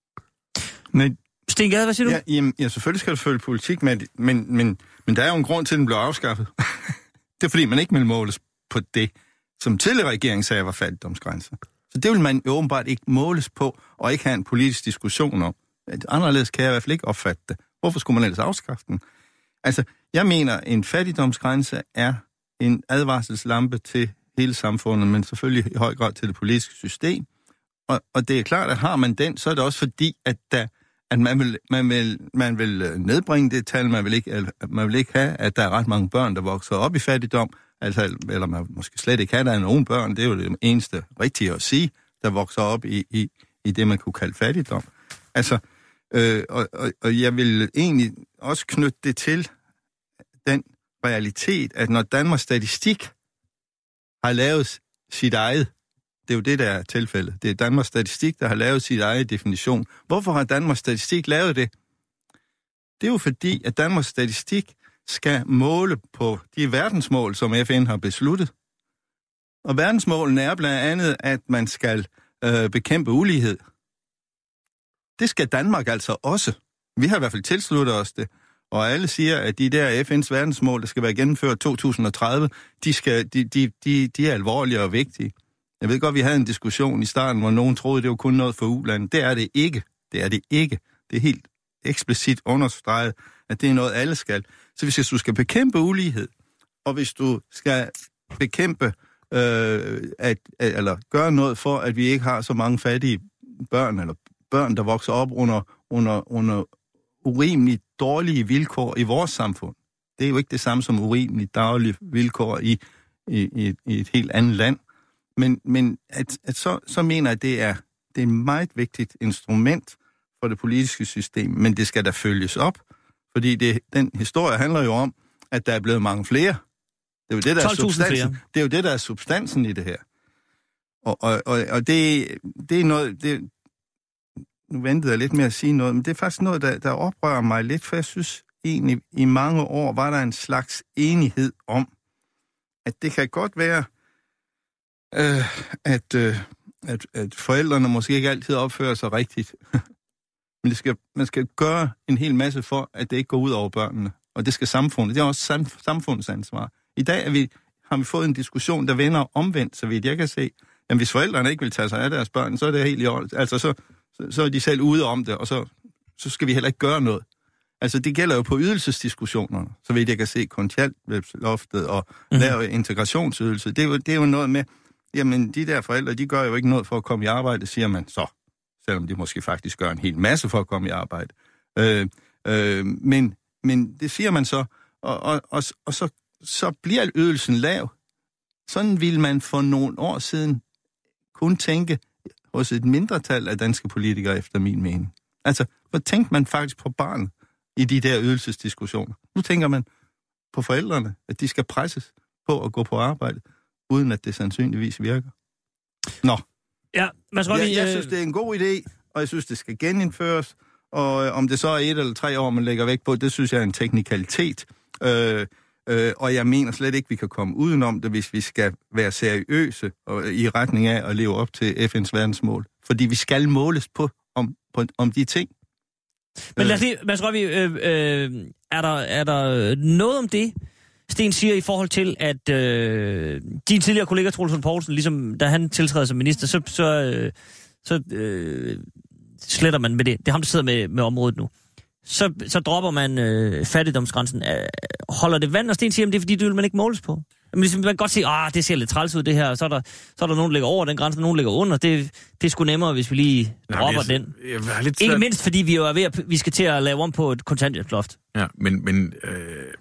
Men Sten Gade, hvad siger du? Ja, jamen, ja, selvfølgelig skal du følge politik med, men, men, men der er jo en grund til, at den blev afskaffet. Det er fordi, man ikke vil måles på det, som tidligere regering sagde var fattigdomsgrænser. Så det vil man jo åbenbart ikke måles på, og ikke have en politisk diskussion om. Anderledes kan jeg i hvert fald ikke opfatte det. Hvorfor skulle man ellers afskaffe den? Altså, jeg mener, en fattigdomsgrænse er en advarselslampe til hele samfundet, men selvfølgelig i høj grad til det politiske system. Og, og det er klart, at har man den, så er det også fordi, at der at man vil, man, vil, man vil nedbringe det tal, man vil, ikke, man vil ikke have, at der er ret mange børn, der vokser op i fattigdom, altså, eller man måske slet ikke have, der er nogen børn, det er jo det eneste rigtige at sige, der vokser op i, i, i det, man kunne kalde fattigdom. Altså, øh, og, og, og jeg vil egentlig også knytte det til den realitet, at når Danmarks Statistik har lavet sit eget, det er jo det, der er tilfældet. Det er Danmarks Statistik, der har lavet sit eget definition. Hvorfor har Danmarks Statistik lavet det? Det er jo fordi, at Danmarks Statistik skal måle på de verdensmål, som F N har besluttet. Og verdensmålene er blandt andet, at man skal øh, bekæmpe ulighed. Det skal Danmark altså også. Vi har i hvert fald tilsluttet os det. Og alle siger, at de der F N's verdensmål, der skal være gennemført to tusind og tredive, de, skal, de, de, de, de er alvorlige og vigtige. Jeg ved godt, vi havde en diskussion i starten, hvor nogen troede, det var kun noget for u-landet. Det er det ikke. Det er det ikke. Det er helt eksplicit understreget, at det er noget, alle skal. Så hvis du skal bekæmpe ulighed, og hvis du skal bekæmpe, øh, at, eller gøre noget for, at vi ikke har så mange fattige børn, eller børn, der vokser op under, under, under urimeligt dårlige vilkår i vores samfund. Det er jo ikke det samme som urimeligt dårlige vilkår i, i, i, i et helt andet land. Men, men at, at så, så mener jeg, at det er, det er et meget vigtigt instrument for det politiske system, men det skal da følges op, fordi det, den historie handler jo om, at der er blevet mange flere. Det er jo det, der er substansen. Det er jo det, der er substansen i det her. Og, og, og, og det, det er noget... Det, nu ventede jeg lidt med at sige noget, men det er faktisk noget, der, der oprører mig lidt, for jeg synes egentlig, i mange år var der en slags enighed om, at det kan godt være, øh, at, øh, at, at forældrene måske ikke altid opfører sig rigtigt. Men det skal, man skal gøre en hel masse for, at det ikke går ud over børnene. Og det skal samfundet. Det er også sam, samfundets ansvar. I dag er vi, har vi fået en diskussion, der vender omvendt, så vidt jeg kan se. Jamen, hvis forældrene ikke vil tage sig af deres børn, så er det helt i orden. Altså, så, så, så er de selv ude om det, og så, så skal vi heller ikke gøre noget. Altså, det gælder jo på ydelsesdiskussionerne, så vidt jeg kan se kontanthjælpsloftet og mm-hmm. lave integrationsydelse. Det er, jo, det er jo noget med, jamen, de der forældre, de gør jo ikke noget for at komme i arbejde, siger man så, selvom de måske faktisk gør en hel masse for at komme i arbejde. Øh, øh, men, men det siger man så, og, og, og, og så, så bliver ydelsen lav. Sådan ville man for nogle år siden kun tænke hos et mindretal af danske politikere, efter min mening. Altså, hvor tænkte man faktisk på barnet i de der ydelsesdiskussioner? Nu tænker man på forældrene, at de skal presses på at gå på arbejde, uden at det sandsynligvis virker. Nå. Ja, man skal jeg, lige, jeg øh... synes, det er en god idé, og jeg synes, det skal genindføres. Og øh, om det så er et eller tre år, man lægger væk på, det synes jeg er en teknikalitet. Øh, øh, og jeg mener slet ikke, vi kan komme udenom det, hvis vi skal være seriøse og, i retning af at leve op til F N's verdensmål. Fordi vi skal måles på, om, på, om de ting. Men lad os lige, Mads Rørvig, øh, øh, er, der, er der noget om det, Sten siger i forhold til, at øh, din tidligere kollega Troels Lund Poulsen, ligesom da han tiltræder som minister, så, så, øh, så øh, sletter man med det. Det er ham, der sidder med, med området nu. Så, så dropper man øh, fattigdomsgrænsen. Øh, holder det vand, og Sten siger, at det er fordi, det vil man ikke måles på. Men man kan godt sige, at det ser lidt træls ud det her, og så er der, så er der nogen, der ligger over den grænse, og nogen ligger under. Det, det er sgu nemmere, hvis vi lige dropper Nej, den. Jeg, jeg lidt ikke mindst, fordi vi jo er ved at, vi skal til at lave om på et kontanthjælpsloft. Ja, men, men øh,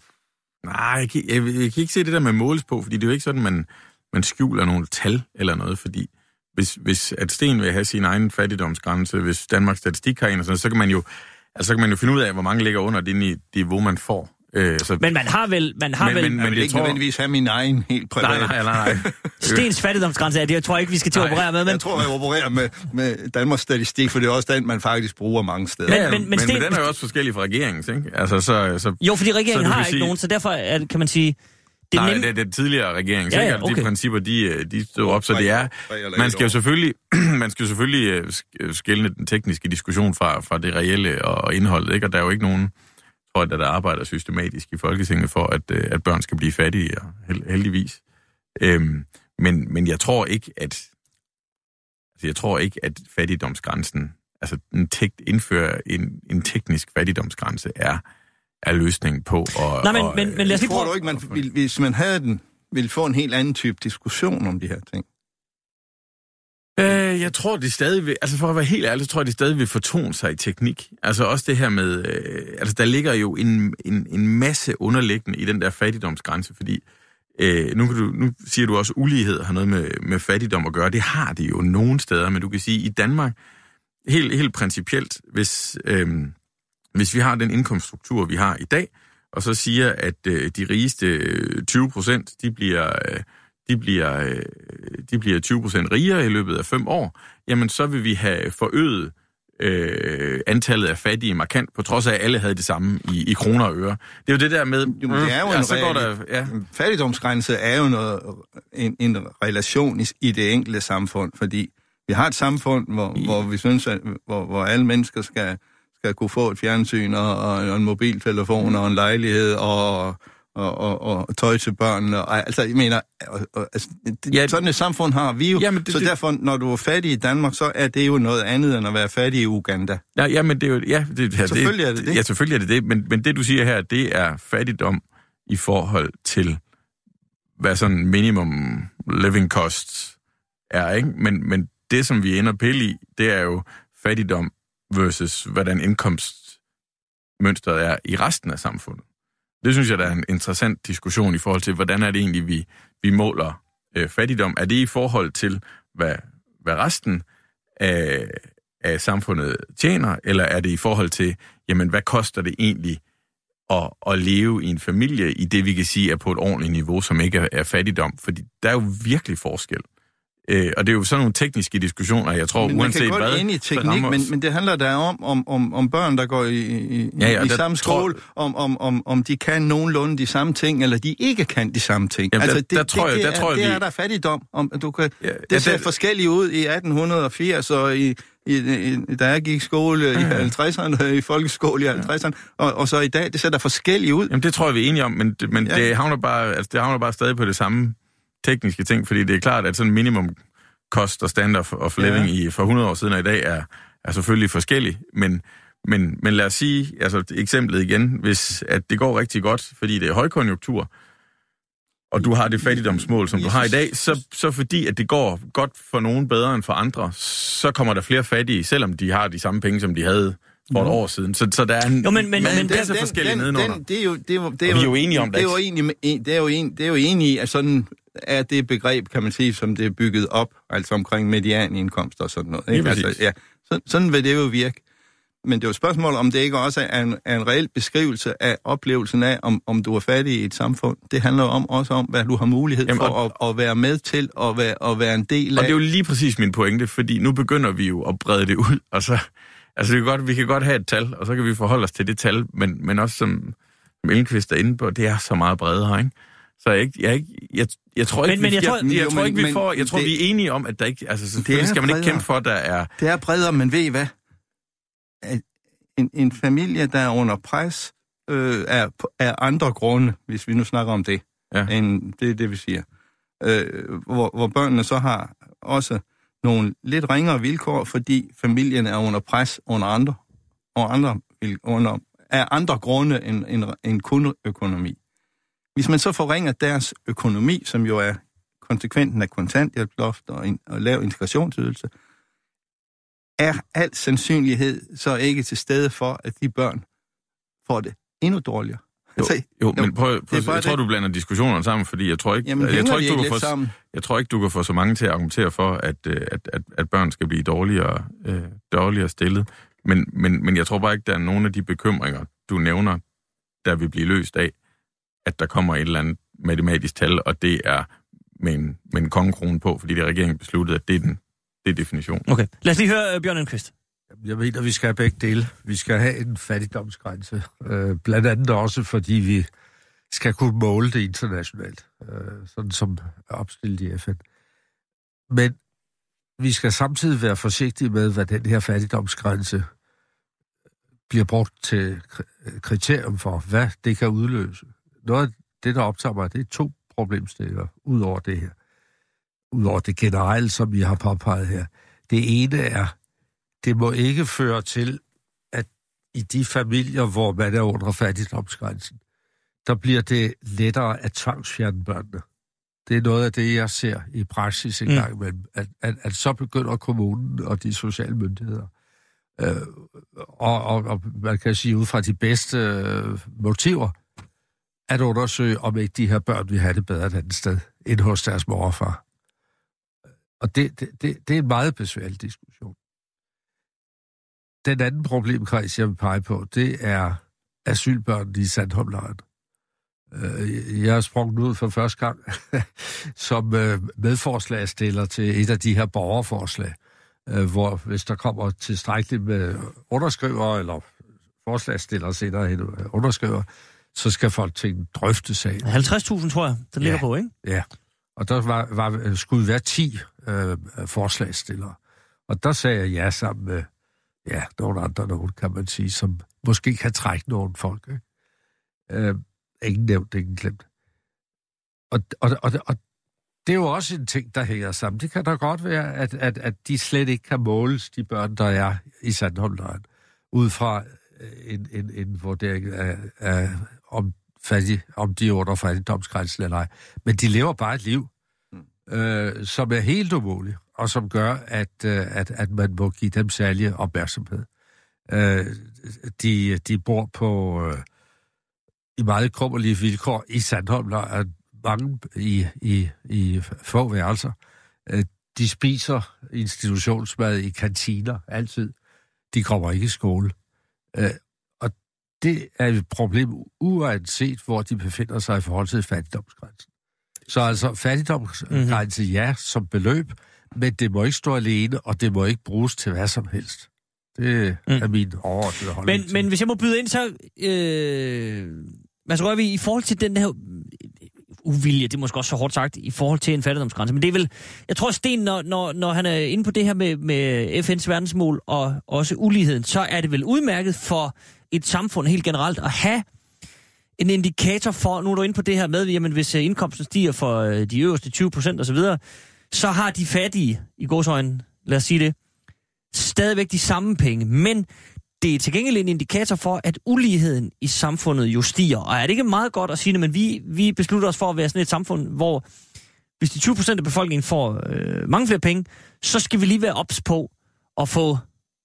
nej, jeg kan, jeg, jeg kan ikke se det der med måles på, fordi det er jo ikke sådan, man, man skjuler nogle tal eller noget, fordi hvis, hvis at Sten vil have sin egen fattigdomsgrænse, hvis Danmarks Statistik har en og sådan noget, så kan man jo, altså, så kan man jo finde ud af, hvor mange ligger under det niveau, man får. Øh, så... Men man har vel... Man har men, vel... Men, men jeg vil ikke tror... nødvendigvis have min egen helt privat. Nej, nej, nej. nej. Stens fattigdomsgrænse er det, jeg tror ikke, vi skal til at operere med. Men... Jeg tror, jeg opererer med, med Danmarks Statistik, for det er også den, man faktisk bruger mange steder. Men, ja, men, men, men, Sten... men den er jo også forskellig fra regeringens, ikke? Altså, så, så... Jo, fordi regeringen så har ikke sige... nogen, så derfor er, kan man sige... Det Nej, nem... det er den tidligere regering, ja, ja, okay. De principper, de, de stod op, så det er... Man skal jo selvfølgelig, man skal jo selvfølgelig skelne den tekniske diskussion fra, fra det reelle og indholdet, ikke? Og der er jo ikke nogen... tror jeg, der arbejder systematisk i Folketinget for, at, at børn skal blive fattige, heldigvis. Øhm, men, men jeg tror ikke, at altså jeg tror ikke, at fattigdomsgrænsen, altså en tek, indføre en, en teknisk fattigdomsgrænse er, er løsningen på. Og, Nej, men, og, men, men lad os lige prøve... Tror du ikke, man vil, hvis man havde den, ville få en helt anden type diskussion om de her ting? Øh, jeg tror, det stadig vil, altså for at være helt ærlig, så tror jeg, det stadig vil fortone sig i teknik. Altså også det her med, øh, altså der ligger jo en, en, en masse underliggende i den der fattigdomsgrænse, fordi øh, nu, kan du, nu siger du også, at ulighed har noget med, med fattigdom at gøre. Det har det jo nogle steder, men du kan sige, i Danmark, helt, helt principielt, hvis, øh, hvis vi har den indkomststruktur, vi har i dag, og så siger, at øh, de rigeste tyve procent, de bliver... Øh, De bliver, de bliver tyve procent rigere i løbet af fem år, jamen så vil vi have forøget øh, antallet af fattige markant, på trods af, at alle havde det samme i, i kroner og øre. Det er jo det der med... Jo, det er jo ja, en så går der, ja. Fattigdomsgrænse er jo noget, en, en relation i, i det enkelte samfund, fordi vi har et samfund, hvor, ja. hvor vi synes, at, hvor, hvor alle mennesker skal, skal kunne få et fjernsyn og, og en mobiltelefon og en lejlighed og... Og, og, og tøj til børnene. Og, altså, jeg mener, og, og, altså, det, ja, sådan et samfund har vi jo. Jamen, det, så det, derfor, når du er fattig i Danmark, så er det jo noget andet, end at være fattig i Uganda. Ja, jamen, det er jo... Ja, det, ja, selvfølgelig er det det. Ja, selvfølgelig er det det. Men, men det, du siger her, det er fattigdom i forhold til, hvad sådan minimum living costs er, ikke? Men, men det, som vi ender pille i, det er jo fattigdom versus, hvordan indkomstmønstret er i resten af samfundet. Det synes jeg, der er en interessant diskussion i forhold til, hvordan er det egentlig, vi, vi måler øh, fattigdom. Er det i forhold til, hvad, hvad resten af, af samfundet tjener, eller er det i forhold til, jamen, hvad koster det egentlig at, at leve i en familie, i det, vi kan sige, er på et ordentligt niveau, som ikke er, er fattigdom? Fordi der er jo virkelig forskel. Øh, og det er jo sådan nogle tekniske diskussioner, jeg tror, men uanset hvad... Man kan godt ind i teknik, men, men det handler der om, om, om, om børn, der går i, i, ja, ja, i samme skole, tror... om, om, om, om de kan nogenlunde de samme ting, eller de ikke kan de samme ting. Jamen, altså, der, det, der tror det, jeg, det, der er, tror jeg, det vi... er der fattigdom. Om, du kan, ja, det ja, ser det... forskelligt ud i atten firs, og i, i, i, da jeg gik i skole ja, ja. i halvtredserne, i folkeskole i halvtredserne, og, og så i dag, det ser der forskelligt ud. Jamen, det tror jeg, vi er enige om, men, men ja. det, havner bare, altså, det havner bare stadig på det samme tekniske ting, fordi det er klart, at sådan minimum cost og standard of living ja. i for hundrede år siden og i dag er, er selvfølgelig forskellig, men, Men, men lad os sige, altså eksemplet igen, hvis at det går rigtig godt, fordi det er højkonjunktur, og du har det fattigdomsmål, som du har i dag, så, så fordi at det går godt for nogen bedre end for andre, så kommer der flere fattige, selvom de har de samme penge, som de havde for et år siden. Så, så der er en, jo, men, men, men, det er så forskellige nedenunder. Det er jo, det er jo, det er og vi er jo enige om det. Det er jo enige, det er jo en, det er jo enige i, at sådan er det begreb, kan man sige, som det er bygget op, altså omkring medianindkomst og sådan noget. Ikke? Altså, ja, så, sådan vil det jo virke. Men det er jo et spørgsmål, om det ikke også er en, er en reel beskrivelse af oplevelsen af, om, om du er fattig i et samfund. Det handler jo om, også om, hvad du har mulighed Jamen, for og, at, at være med til og være, at være en del af. Og det er jo lige præcis min pointe, fordi nu begynder vi jo at brede det ud, og så, altså det er godt, vi kan godt have et tal, og så kan vi forholde os til det tal, men, men også som, som Ellenqvist er inde på, det er så meget bredere, ikke? Så jeg, jeg, jeg, jeg tror ikke, men, vi, men jeg, tror, jeg, jeg, jeg tror ikke, vi får, jeg tror, det, vi er enige om, at der ikke, altså selvfølgelig skal man ikke kæmpe for, at der er... Det er bredere, men ved I hvad? En, en familie, der er under pres, øh, er af andre grunde, hvis vi nu snakker om det, ja. end det er det, vi siger. Øh, hvor, hvor børnene så har også nogle lidt ringere vilkår, fordi familien er under pres under andre, og andre under, af andre grunde end, end, end kun økonomi. Hvis man så forringer deres økonomi, som jo er konsekvensen af kontanthjælpsloft og, en, og lav integrationsydelse, er al sandsynlighed så ikke til stede for, at de børn får det endnu dårligere. Jo, altså, jo, jo men prøv, prøv, jeg tror, det. du blander diskussionerne sammen, fordi jeg tror ikke, Jamen, jeg, tror ikke, du kan få, jeg tror ikke, du kan få så mange til at argumentere for, at, at, at, at børn skal blive dårligere, øh, dårligere stillet. Men, men, men jeg tror bare ikke, der er nogen af de bekymringer, du nævner, der vil blive løst af, at der kommer et eller andet matematisk tal, og det er med en, med en kongekrone på, fordi det er regeringen besluttet, at det er den det er definition. Okay. Lad os lige høre uh, Bjørn Ellenqvist. Jeg mener, vi skal have begge dele. Vi skal have en fattigdomsgrænse. Øh, blandt andet også, fordi vi skal kunne måle det internationalt. Øh, sådan som opstillet i F N. Men vi skal samtidig være forsigtige med, hvad den her fattigdomsgrænse bliver brugt til kriterium for, hvad det kan udløse. Noget af det, der optager mig, det er to problemstillinger ud over det her. Udover det generelle, som vi har påpeget her. Det ene er, det må ikke føre til, at i de familier, hvor man er under fattigdomsgrænsen, der bliver det lettere at tvangsfjerne børnene. Det er noget af det, jeg ser i praksis en mm. gang imellem. At, at, at så begynder kommunen og de sociale myndigheder. Øh, og, og, og man kan sige ud fra de bedste øh, motiver, at undersøge, om ikke de her børn vil have det bedre et andet sted, end hos deres mor og far. Og det, det, det, det er en meget besværlig diskussion. Den anden problemkreds, jeg vil pege på, det er asylbørnene i Sandholmlejren. Jeg er sprunget ud for første gang som medforslagstiller til et af de her borgerforslag, hvor hvis der kommer tilstrækkeligt med underskrivere, eller forslagstillere senere hen underskriver, så skal Folketinget drøfte sagen. halvtreds tusind, tror jeg, den ligger ja, på, ikke? Ja, og der var, var, skulle være ti øh, forslagsstillere. Og der sagde jeg ja sammen med ja, nogle andre nogen, kan man sige, som måske kan trække nogle folk. Ikke? Øh, ingen nævnt, ingen glemt. Og, og, og, og det er jo også en ting, der hænger sammen. Det kan da godt være, at, at, at de slet ikke kan måles, de børn, der er i Sandholmlejren, ud fra en, en, en vurdering af, af om, fattig, om de er under fattigdomsgrænsen eller ej. Men de lever bare et liv, øh, som er helt umuligt, og som gør, at, at, at man må give dem særlig opmærksomhed. Øh, de, de bor på øh, i meget krummelige vilkår i Sandholmlejren, mange i, i, i få værelser. Øh, de spiser institutionsmad i kantiner altid. De kommer ikke i skole. Øh, og det er et problem uanset, hvor de befinder sig i forhold til fattigdomsgrænsen. Så altså fattigdomsgrænse, mm-hmm. ja, som beløb, men det må ikke stå alene, og det må ikke bruges til hvad som helst. Det mm. er min overordnede holdning. Men, men hvis jeg må byde ind, så... Øh, Mads Rørvig, i forhold til den her uvilje, det er måske også så hårdt sagt, i forhold til en fattigdomsgrænse, men det er vel... Jeg tror, Sten, når, når, når han er inde på det her med, med F N's verdensmål og også uligheden, så er det vel udmærket for et samfund helt generelt at have en indikator for, nu er du inde på det her med, jamen hvis indkomsten stiger for de øverste tyve procent osv., så har de fattige, i gåseøjne, lad os sige det, stadigvæk de samme penge. Men det er til gengæld en indikator for, at uligheden i samfundet jo stiger. Og er det ikke meget godt at sige, men vi, vi beslutter os for at være sådan et samfund, hvor hvis de tyve procent af befolkningen får øh, mange flere penge, så skal vi lige være ops på at få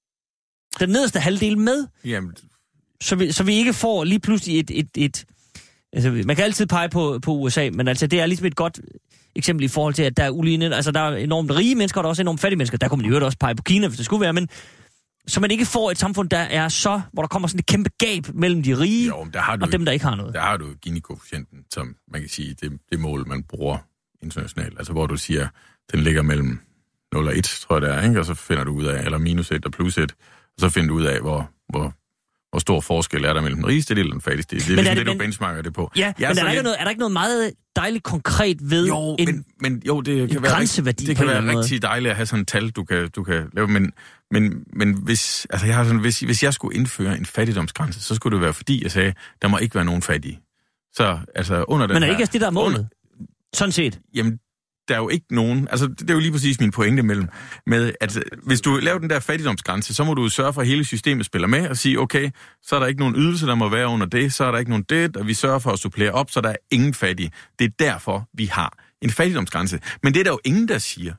den nederste halvdel med. Jamen. Så vi, så vi ikke får lige pludselig et... et, et altså, man kan altid pege på, på U S A, men altså, det er ligesom et godt eksempel i forhold til, at der er ulighed. Altså, der er enormt rige mennesker, og der er også enormt fattige mennesker. Der kunne man jo også pege på Kina, hvis det skulle være, men så man ikke får et samfund, der er så, hvor der kommer sådan et kæmpe gab mellem de rige jo, der har du, og dem, der ikke har noget. Der har du Gini-koefficienten, som man kan sige, det, det mål, man bruger internationalt. Altså, hvor du siger, den ligger mellem nul og et, tror jeg det er, ikke? Og så finder du ud af, eller minus et og plus et, og så finder du ud af, hvor, hvor, hvor stor forskel er der mellem den rigeste del og den fattigste del. Det er men ligesom er det, det, du men, benchmarker det på. Ja, men er der, ikke noget, er der ikke noget meget dejligt konkret ved jo, en, men, men, jo, det kan en være grænseværdi? Det kan være rigtig dejligt at have sådan et tal, du kan, du kan lave, men, men, men hvis, altså jeg har sådan, hvis, hvis jeg skulle indføre en fattigdomsgrænse, så skulle det være, fordi jeg sagde, der må ikke være nogen fattige. Så altså under den Men er det her, ikke det, der er målet? Under, sådan set? Jamen, der er jo ikke nogen... Altså, det er jo lige præcis min pointe mellem, med, at hvis du laver den der fattigdomsgrænse, så må du sørge for, at hele systemet spiller med og sige, okay, så er der ikke nogen ydelse, der må være under det, så er der ikke nogen det, og vi sørger for at supplere op, så der er ingen fattige. Det er derfor, vi har en fattigdomsgrænse. Men det er der jo ingen, der siger.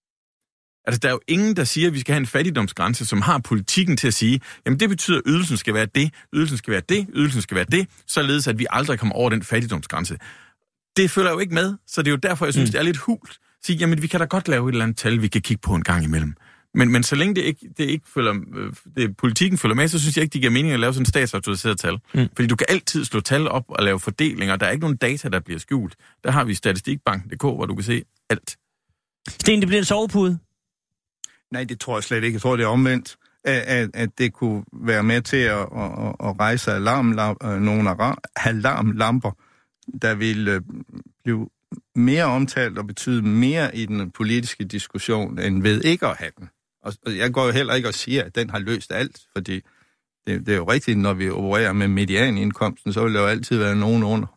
Altså, der er jo ingen, der siger, at vi skal have en fattigdomsgrænse, som har politikken til at sige, jamen det betyder, at ydelsen skal være det, ydelsen skal være det, ydelsen skal være det, således at vi aldrig kommer over den fattigdomsgrænse. Det følger jo ikke med, så det er jo derfor, jeg synes, mm. det er lidt hult. Sige, jamen vi kan da godt lave et eller andet tal, vi kan kigge på en gang imellem. Men, men så længe det ikke, det ikke følger, det, politikken følger med, så synes jeg ikke, det giver mening at lave sådan et statsautoriseret tal. Mm. Fordi du kan altid slå tal op og lave fordelinger. Der er ikke nogen data, der bliver skjult. Der har vi statistikbanken punktum d k, hvor du kan se alt. Sten, det bliver en sovepude? Nej, det tror jeg slet ikke. Jeg tror, det er omvendt. At, at, at det kunne være med til at, at, at rejse alarmlamper, nogle alarmlamper, der vil blive mere omtalt og betyde mere i den politiske diskussion, end ved ikke at have den. Og jeg går jo heller ikke og siger, at den har løst alt, fordi det, det er jo rigtigt, når vi opererer med medianindkomsten, så vil der jo altid være nogen under.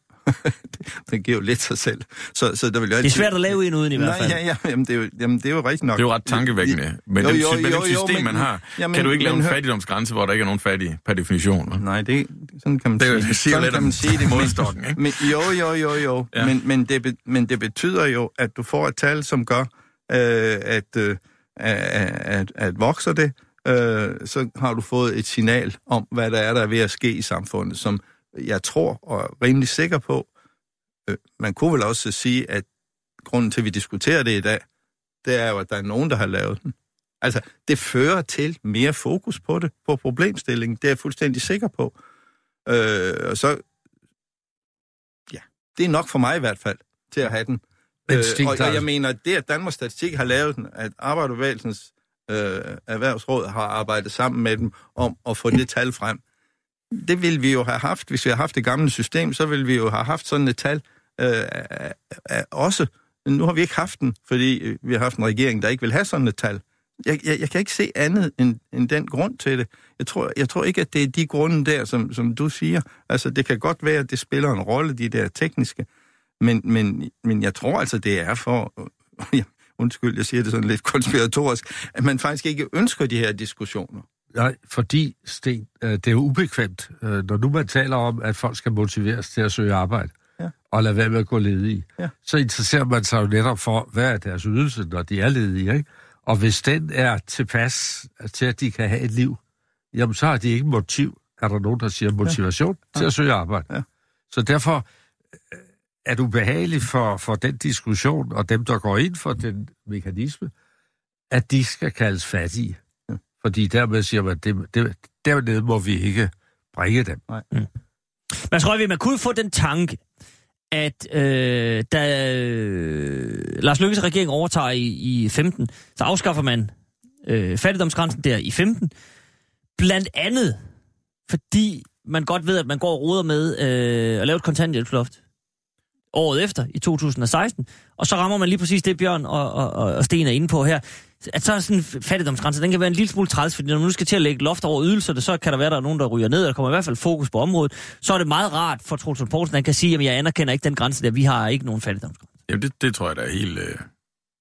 Det giver jo lidt sig selv. Så, så der vil jo altid... Det er svært at lave en uden i hvert fald. Nej, ja, ja, jamen det, er jo, jamen det er jo rigtigt nok. Det er jo ret tankevækkende. Men jo, jo, jo, jo, jo, system, men, man har, jamen, kan du ikke lave en fattigdomsgrænse, hvor der ikke er nogen fattige per definition? Eller? Nej, det, sådan kan man det, sige. Sådan lidt kan man sige det. Målstokken, ikke? Men, jo, jo, jo, jo. Ja. Men, men, det, men det betyder jo, at du får et tal, som gør, øh, at, øh, at, at, at vokser det, øh, så har du fået et signal om, hvad der er, der er ved at ske i samfundet, som jeg tror og er rimelig sikker på. Man kunne vel også sige, at grunden til, at vi diskuterer det i dag, det er jo, at der er nogen, der har lavet den. Altså, det fører til mere fokus på det, på problemstillingen. Det er jeg fuldstændig sikker på. Øh, og så, ja, det er nok for mig i hvert fald, til at have den. Øh, og, og jeg mener, det, at Danmarks Statistik har lavet den, at Arbejderbevægelsens øh, Erhvervsråd har arbejdet sammen med dem om at få det tal frem. Det ville vi jo have haft, hvis vi har haft det gamle system, så ville vi jo have haft sådan et tal øh, øh, også. Men nu har vi ikke haft den, fordi vi har haft en regering, der ikke vil have sådan et tal. Jeg, jeg, jeg kan ikke se andet end, end den grund til det. Jeg tror, jeg tror ikke, at det er de grunde der, som, som du siger. Altså, det kan godt være, at det spiller en rolle, de der tekniske, men, men, men jeg tror altså, det er for... Ja, undskyld, jeg siger det sådan lidt konspiratorisk, at man faktisk ikke ønsker de her diskussioner. Nej, fordi, Sten, det er jo ubekvemt, når nu man taler om, at folk skal motiveres til at søge arbejde, ja, og lade være med at gå ledige, ja, så interesserer man sig jo netop for, hvad er deres ydelse, når de er ledige, ikke? Og hvis den er tilpas til, at de kan have et liv, jamen så har de ikke motiv, er der nogen, der siger motivation, ja, til at søge arbejde. Ja. Så derfor er det ubehageligt for, for den diskussion, og dem, der går ind for den mekanisme, at de skal kaldes fattige. Fordi dermed siger man, det, det, dernede må vi ikke bringe dem. Nej. Mm. Man tror, at man kunne få den tanke, at øh, da øh, Lars Løkkes regering overtager i, i femten, så afskaffer man øh, fattigdomsgrænsen der i femten. Blandt andet, fordi man godt ved, at man går og roder med øh, at lave et kontanthjælpsloft året efter, i to tusind og seksten. Og så rammer man lige præcis det, Bjørn og, og, og Sten er inde på her. At så er sådan en fattigdomsgrænse, den kan være en lille smule træls, fordi når man nu skal til at lægge loft over ydelser, så kan der være, der er nogen, der ryger ned, og der kommer i hvert fald fokus på området. Så er det meget rart for Troels Lund Poulsen, at han kan sige, at jeg anerkender ikke den grænse der, vi har ikke nogen fattigdomsgrænse. Jamen det, det tror jeg, der er helt, øh,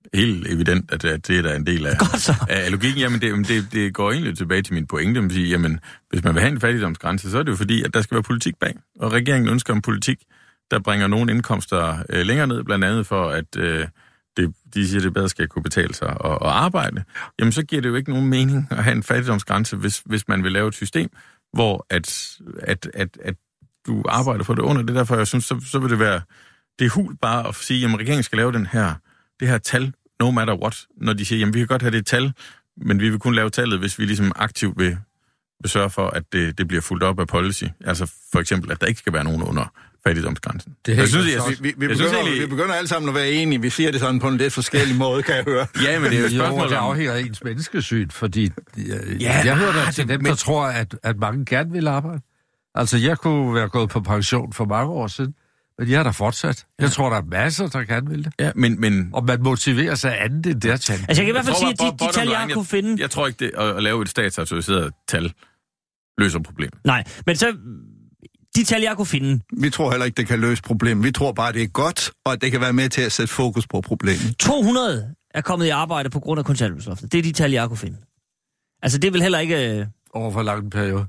helt evident, at, at det er da en del af, af logikken. Jamen, det, det, det går egentlig tilbage til min pointe. Man siger, jamen, hvis man vil have en fattigdomsgrænse, så er det jo fordi, at der skal være politik bag. Og regeringen ønsker en politik, der bringer nogle indkomster øh, længere ned, blandt andet for, at øh, det, de siger, det bedre skal kunne betale sig at, at arbejde. Jamen, så giver det jo ikke nogen mening at have en fattigdomsgrænse, hvis, hvis man vil lave et system, hvor at, at, at, at du arbejder for det under. Det derfor, jeg synes, så, så vil det være... Det er hul bare at sige, at regeringen skal lave den her, det her tal, no matter what, når de siger, jamen vi kan godt have det tal, men vi vil kun lave tallet, hvis vi ligesom aktivt vil, vil sørge for, at det, det bliver fuldt op af policy. Altså for eksempel, at der ikke skal være nogen under fattigdomsgrænsen. Det jeg synes, jeg, jeg, vi, vi, vi, jeg begynder, synes, jeg, vi begynder alle sammen at være enige. Vi siger det sådan på en lidt forskellig måde, kan jeg høre. Ja, men det er jo et spørgsmål. Jo, det afhænger af ens menneskesyn, fordi jeg, ja, jeg hører da til dem, der tror, at, at mange gerne vil arbejde. Altså, jeg kunne være gået på pension for mange år siden, men jeg er der fortsat. Jeg ja. tror, der er masser, der gerne vil det. Ja, men, men... Og man motiverer sig andet end det tal. Altså, jeg kan i hvert fald sige, at de, de tal, jeg, jeg kunne finde... Jeg, jeg tror ikke, det at, at lave et statsautoriseret tal løser problemet. Nej, men så... De tal, jeg kunne finde... Vi tror heller ikke, det kan løse problemet. Vi tror bare, det er godt, og at det kan være med til at sætte fokus på problemet. to hundrede er kommet i arbejde på grund af kontanthjælpsloftet. Det er de tal, jeg kunne finde. Altså, det vil heller ikke... Over for lang en periode.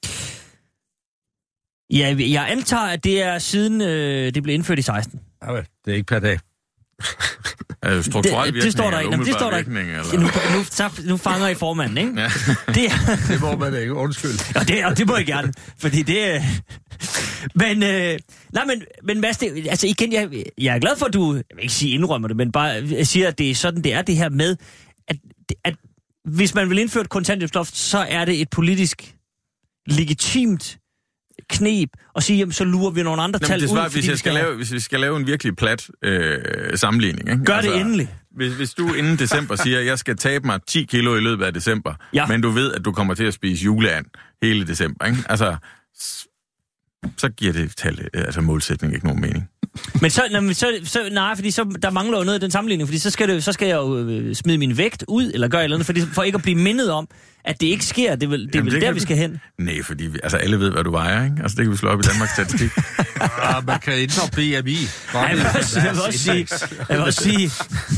Ja, jeg antager, at det er siden øh, det blev indført i seksten. Ja, det er ikke per dag. Er det strukturel virkning, det står der ikke. Eller det står der virkning, ikke. Nu, nu, så, nu fanger I formanden, ikke? Ja. Det, det må man ikke. Undskyld. Og det, og det må jeg gerne, fordi det... Men, øh, nej, men, men Mads, det, altså igen, jeg, jeg er glad for, at du, jeg vil ikke sige indrømmer det, men bare siger, at det er sådan, det er det her med, at, at hvis man vil indføre et kontanthjælpsloft, så er det et politisk legitimt knep og sige, jamen, så lurer vi nogle andre tal ud. Svar, hvis, jeg skal lave, hvis vi skal lave en virkelig plat øh, sammenligning. Ikke? Gør altså, det endelig. Hvis, hvis du inden december siger, at jeg skal tabe mig ti kilo i løbet af december, ja. men du ved, at du kommer til at spise juleand hele december, ikke? Altså, så giver det tal, altså målsætning ikke nogen mening. Men så, nej, så, så nej, fordi så, der mangler jo noget af den sammenligning, fordi så skal, det, så skal jeg jo øh, smide min vægt ud, eller gøre et eller andet, fordi, for ikke at blive mindet om, at det ikke sker. Det er vel, det er vel det der, vi skal hen. Nej, fordi vi, altså, alle ved, hvad du vejer, ikke? Altså, det kan vi slå op i Danmarks statistik. Ja, man kan ændre B M I. Nej, jeg vil også, jeg vil også sige... Jeg vil også sige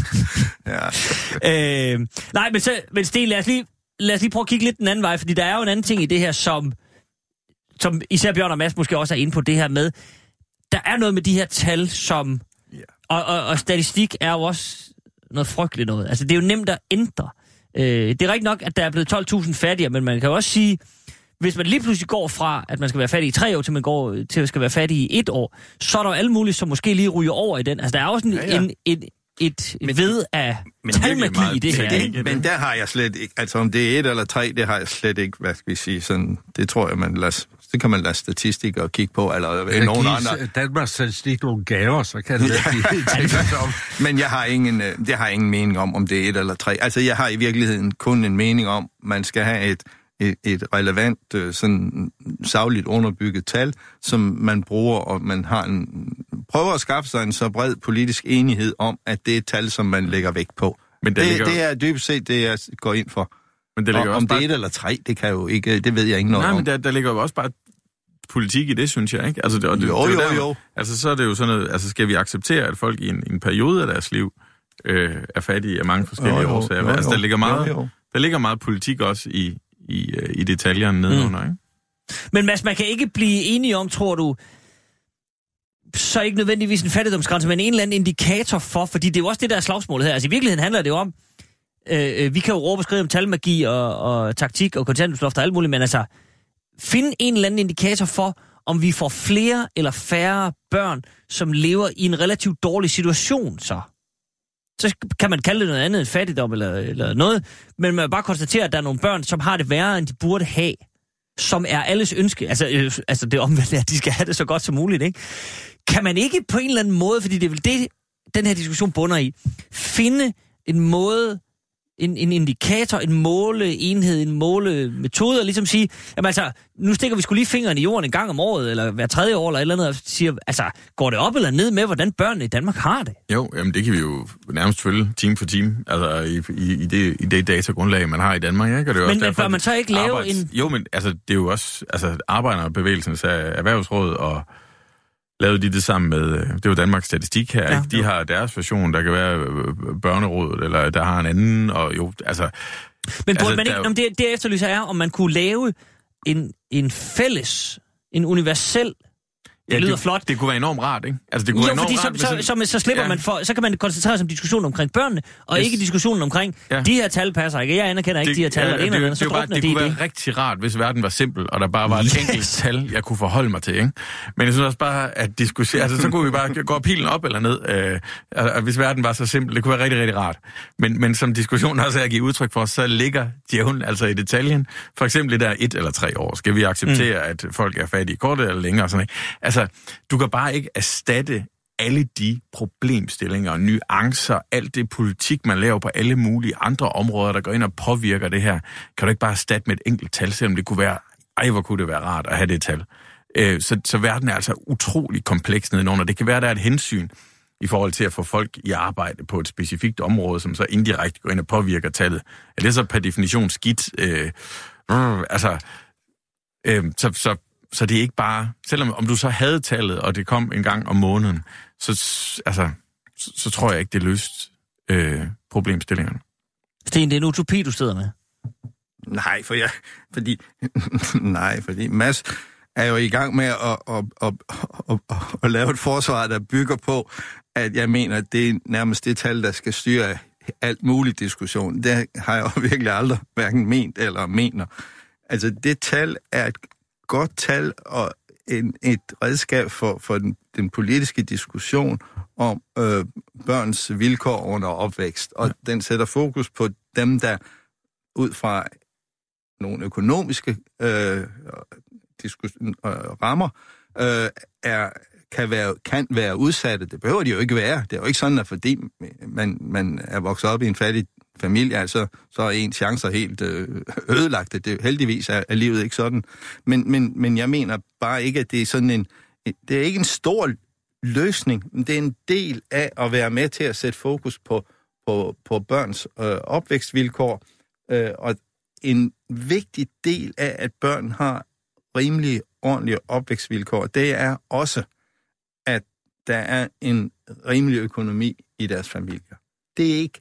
ja. øh, nej, men, så, men Sten, lad os, lige, lad os lige prøve at kigge lidt den anden vej, fordi der er jo en anden ting i det her, som, som især Bjørn og Mads måske også er inde på det her med, der er noget med de her tal, som... Yeah. Og, og, og statistik er jo også noget frygteligt noget. Altså, det er jo nemt at ændre. Øh, det er rigtigt nok, at der er blevet tolv tusind fattigere, men man kan jo også sige, hvis man lige pludselig går fra, at man skal være fattig i tre år, til man går til at skal være fattig i et år, så er der jo alle mulige, som måske lige ryger over i den. Altså, der er også en, ja, ja. en, en, et men, ved af talmagi i det her. Det, men der har jeg slet ikke, altså om det er et eller tre, det har jeg slet ikke, hvad skal vi sige, sådan, det tror jeg, man lader, det kan man lade statistikere kigge på, eller nogen andre. Danmarks statistik nogle gaver, så kan det være om. Men jeg har ingen, det har ingen mening om, om det er et eller tre. Altså, jeg har i virkeligheden kun en mening om, man skal have et, et, et relevant, sådan sagligt underbygget tal, som man bruger, og man har en, prøver at skaffe sig en så bred politisk enighed om, at det er et tal, som man lægger vægt på. Men det, ligger... det er dybest set det, jeg går ind for. Men det ligger og, også om bare... det er et eller tre, det kan jo ikke, det ved jeg ikke noget Nej, om. men der, der ligger jo også bare politik i det, synes jeg, ikke? Altså, det, det, jo, det, jo, der, jo. Altså, så er det jo sådan noget, altså, skal vi acceptere, at folk i en, en periode af deres liv øh, er fattige af mange forskellige jo, jo, årsager? Jo, jo, altså, der ligger meget, jo, jo. der ligger meget politik også i, i, i detaljerne nedenunder, mm. ikke? Men Mads, man kan ikke blive enige om, tror du, så ikke nødvendigvis en fattigdomsgrænse, men en eller anden indikator for, fordi det er jo også det, der er slagsmålet her. Altså, i virkeligheden handler det jo om, øh, vi kan jo råbe og skrive om talmagi og, og taktik og kontanthjælpsloft og alt muligt, men altså, finde en eller anden indikator for, om vi får flere eller færre børn, som lever i en relativt dårlig situation, så. Så kan man kalde det noget andet end fattigdom eller, eller noget, men man bare konstatere, at der er nogle børn, som har det værre, end de burde have, som er alles ønske. Altså, øh, altså det omvendte, at de skal have det så godt som muligt, ikke? Kan man ikke på en eller anden måde, fordi det er vel det, den her diskussion bunder i, finde en måde, en, en indikator, en måleenhed, en målemetode, og ligesom sige, jamen altså, nu stikker vi sgu lige fingeren i jorden en gang om året, eller hver tredje år, eller et eller andet, og siger, altså, går det op eller ned med, hvordan børnene i Danmark har det? Jo, jamen det kan vi jo nærmest følge time for time, altså i, i, i, det, i det datagrundlag, man har i Danmark, ikke? Og det er men også derfor, bør man så ikke lave arbejds... en... Jo, men altså, det er jo også, altså, Arbejderbevægelsens erhvervsråd og lavede de det sammen med, det var Danmarks Statistik her, Ja, ikke? De har deres version, der kan være børnerådet, eller der har en anden, og jo, altså... Men burde altså, man ikke, der... om det, det jeg efterlyser er, om man kunne lave en, en fælles, en universel. Det ja, lyder det, flot. Det kunne være enormt rart, ikke? Altså, det kunne jo, være enormt fordi rart, så, så, så, så, så slipper ja. man for, så kan man koncentrere sig om diskussionen omkring børnene, og yes. ikke diskussionen omkring, ja. de her tal passer ikke. Jeg anerkender ikke det, de her tal, ja, og det ene eller andet, så det, drukner det, de det kunne i være det. rigtig rart, hvis verden var simpel, og der bare var et yes. enkelt tal, jeg kunne forholde mig til, ikke? Men jeg synes også bare, at diskutere, altså, så kunne vi bare gå pilen op eller ned, øh, altså, hvis verden var så simpel. Det kunne være rigtig, rigtig rart. Men, men som diskussionen også er at give udtryk for, så ligger djævlen altså i detaljen. For eksempel det der et eller tre år. Skal vi acceptere, mm. at folk er fattige korte eller længere og sådan noget? Altså, du kan bare ikke erstatte alle de problemstillinger og nuancer, alt det politik, man laver på alle mulige andre områder, der går ind og påvirker det her. Kan du ikke bare erstatte med et enkelt tal, selvom det kunne være, ej, hvor kunne det være rart at have det tal. Øh, så, så verden er altså utrolig kompleks nedenunder. Det kan være, der er et hensyn i forhold til at få folk i arbejde på et specifikt område, som så indirekte går ind og påvirker tallet. Er det så per definition skidt? Øh, øh, altså, øh, så, så Så det er ikke bare, selvom om du så havde tallet, og det kom en gang om måneden, så, altså, så, så tror jeg ikke, det løste øh, problemstillingerne. Sten, det er en utopi, du sidder med. Nej, for jeg, fordi, nej, fordi Mads er jo i gang med at, at, at, at, at, at lave et forsvar, der bygger på, at jeg mener, at det er nærmest det tal, der skal styre alt muligt diskussion. Det har jeg jo virkelig aldrig hverken ment eller mener. Altså, det tal er et godt tal og en, et redskab for, for den, den politiske diskussion om øh, børns vilkår under opvækst. Og ja. Den sætter fokus på dem, der ud fra nogle økonomiske øh, diskus- øh, rammer øh, er, kan, være, kan være udsatte. Det behøver de jo ikke være. Det er jo ikke sådan, at fordi man, man er vokset op i en fattig familie, altså, så er ens chancer helt øh, ødelagte. Det, heldigvis er, er livet ikke sådan. Men, men, men jeg mener bare ikke, at det er sådan en... Det er ikke en stor løsning, men det er en del af at være med til at sætte fokus på, på, på børns øh, opvækstvilkår. Øh, og en vigtig del af, at børn har rimelige, ordentlige opvækstvilkår, det er også, at der er en rimelig økonomi i deres familier. Det er ikke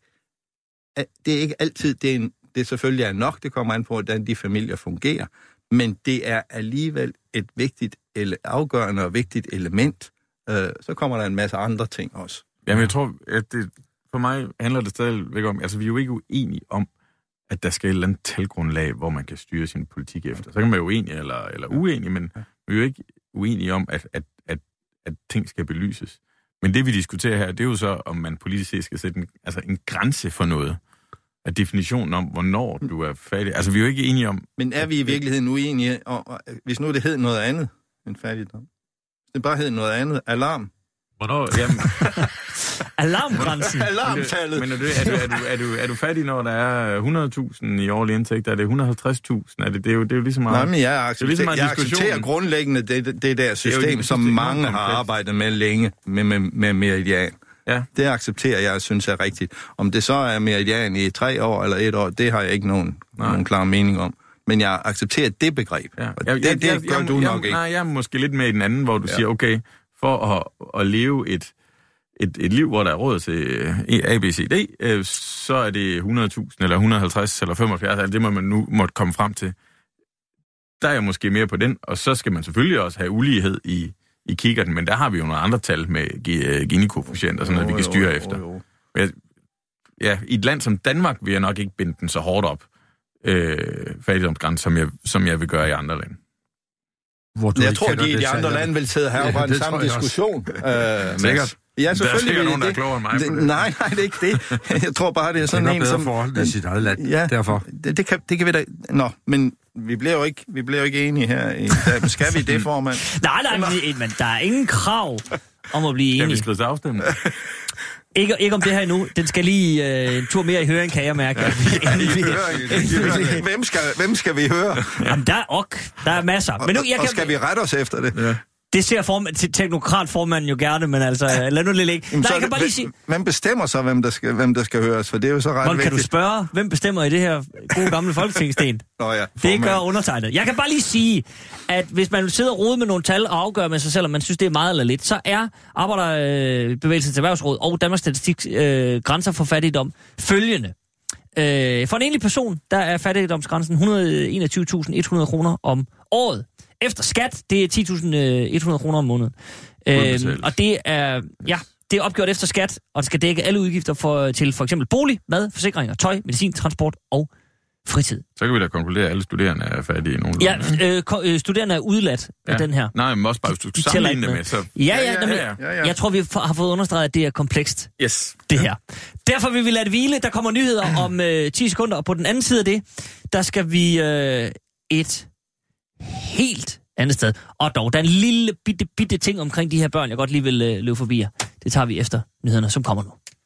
Det er ikke altid, det er, en, det selvfølgelig er nok, det kommer an på, hvordan de familier fungerer, men det er alligevel et vigtigt, eller afgørende og vigtigt element. Øh, så kommer der en masse andre ting også. Jamen, jeg tror, at det, for mig handler det stadigvæk om, altså vi er jo ikke uenige om, at der skal et eller andet talgrundlag, hvor man kan styre sin politik efter. Så kan man være uenig eller, eller uenig, men vi er jo ikke uenige om, at, at, at, at ting skal belyses. Men det, vi diskuterer her, det er jo så, om man politisk set skal sætte en, altså en grænse for noget. At definitionen om, hvornår du er fattig. Altså, vi er jo ikke enige om... Men er vi i virkeligheden uenige om, hvis nu det hed noget andet end fattigdom? Hvis det bare hed noget andet. Alarm. Hvornår? Jamen... Alarmgrænsen. Alarmtallet. Men er du, er, du, er, du, er, du, er du fattig, når der er hundrede tusind i årlig indtægt? Er det et hundrede og halvtreds tusind? Er det, det, er jo, det er jo ligesom meget... Nej, men jeg accepterer, ligesom jeg accepterer grundlæggende det, det der system, det det, som mange har arbejdet med længe med, med, med meridian. Ja. Det accepterer jeg, synes er rigtigt. Om det så er meridian i tre år eller et år, det har jeg ikke nogen, nogen klar mening om. Men jeg accepterer det begreb. Ja. Jeg, det, det jeg, gør jeg, du jeg, nok jeg, ikke. Nej, jeg er måske lidt med i den anden, hvor du ja. siger, okay, for at, at leve et, et, et liv, hvor der er råd til A, B, C, D, så er det hundrede tusind eller et hundrede og halvtreds eller femoghalvfjerds, altså det må man nu måtte komme frem til. Der er jeg måske mere på den, og så skal man selvfølgelig også have ulighed i i kikkerten, men der har vi jo nogle andre tal med Gini-koefficient og sådan noget, vi kan styre jo, efter. Jo, jo. Men ja, i et land som Danmark vil jeg nok ikke binde den så hårdt op, øh, fattigdomsgrænsen, som jeg, som jeg vil gøre i andre lande. Hvor du jeg tror, de i de andre lande vil sidde her og ja, den samme diskussion. Øh, Sikkert. Ja, selvfølgelig. Der er nogen, der er klogere end mig. Det, nej, nej, det er ikke det. Jeg tror bare, det er sådan en, som... forhold i sit eget land, ja, derfor. Det, det, kan, det kan vi da... Nå, men vi bliver jo ikke, vi bliver jo ikke enige her. I, der, skal vi det, formand? Nej, nej, men, men der er ingen krav om at blive enige. Skal vi skrive til afstemning? Ikke, ikke om det her endnu. Den skal lige øh, en tur mere i høring, kan jeg mærke. Ja. hvem, skal, hvem skal vi høre? Jamen, der er ok. Der er masser. Men nu, jeg og, kan... og skal vi rette os efter det? Ja. Det ser form- te- teknokratformanden jo gerne, men altså, lad nu lidt ligge. Jamen, Nej, så jeg kan bare lige sige... Hvem bestemmer så, hvem der skal, hvem der skal høres? For det er jo så ret Hvordan vigtigt. kan du spørge, hvem bestemmer i det her gode gamle folketingsten? Nå ja, Det gør undertegnet. Jeg kan bare lige sige, at hvis man sidder og rode med nogle tal og afgør med sig selv, om man synes, det er meget eller lidt, så er Arbejderbevægelsens Erhvervsråd og Danmarks Statistik øh, grænser for fattigdom følgende. Øh, for en enlig person, der er fattigdomsgrænsen et hundrede og enogtyve tusind et hundrede kroner om året. Efter skat, det er ti tusind et hundrede kroner om måneden. Øh, og det er, ja, det er opgjort efter skat, og det skal dække alle udgifter for, til for eksempel bolig, mad, forsikringer, tøj, medicin, transport og fritid. Så kan vi da konkludere, at alle studerende er fattige nogenlunde. Ja, øh, øh, studerende er udladt ja. af den her. Nej, men også bare, hvis du de sammenligner det med, så... Ja, ja, ja, ja, ja, ja, ja. Jeg tror, vi har fået understreget, at det er komplekst, yes. det her. Derfor vil vi lade det hvile. Der kommer nyheder om øh, ti sekunder, og på den anden side af det, der skal vi øh, et helt andet sted. Og dog, der er en lille bitte, bitte ting omkring de her børn, jeg godt lige vil øh, løbe forbi jer. Det tager vi efter nyhederne, som kommer nu.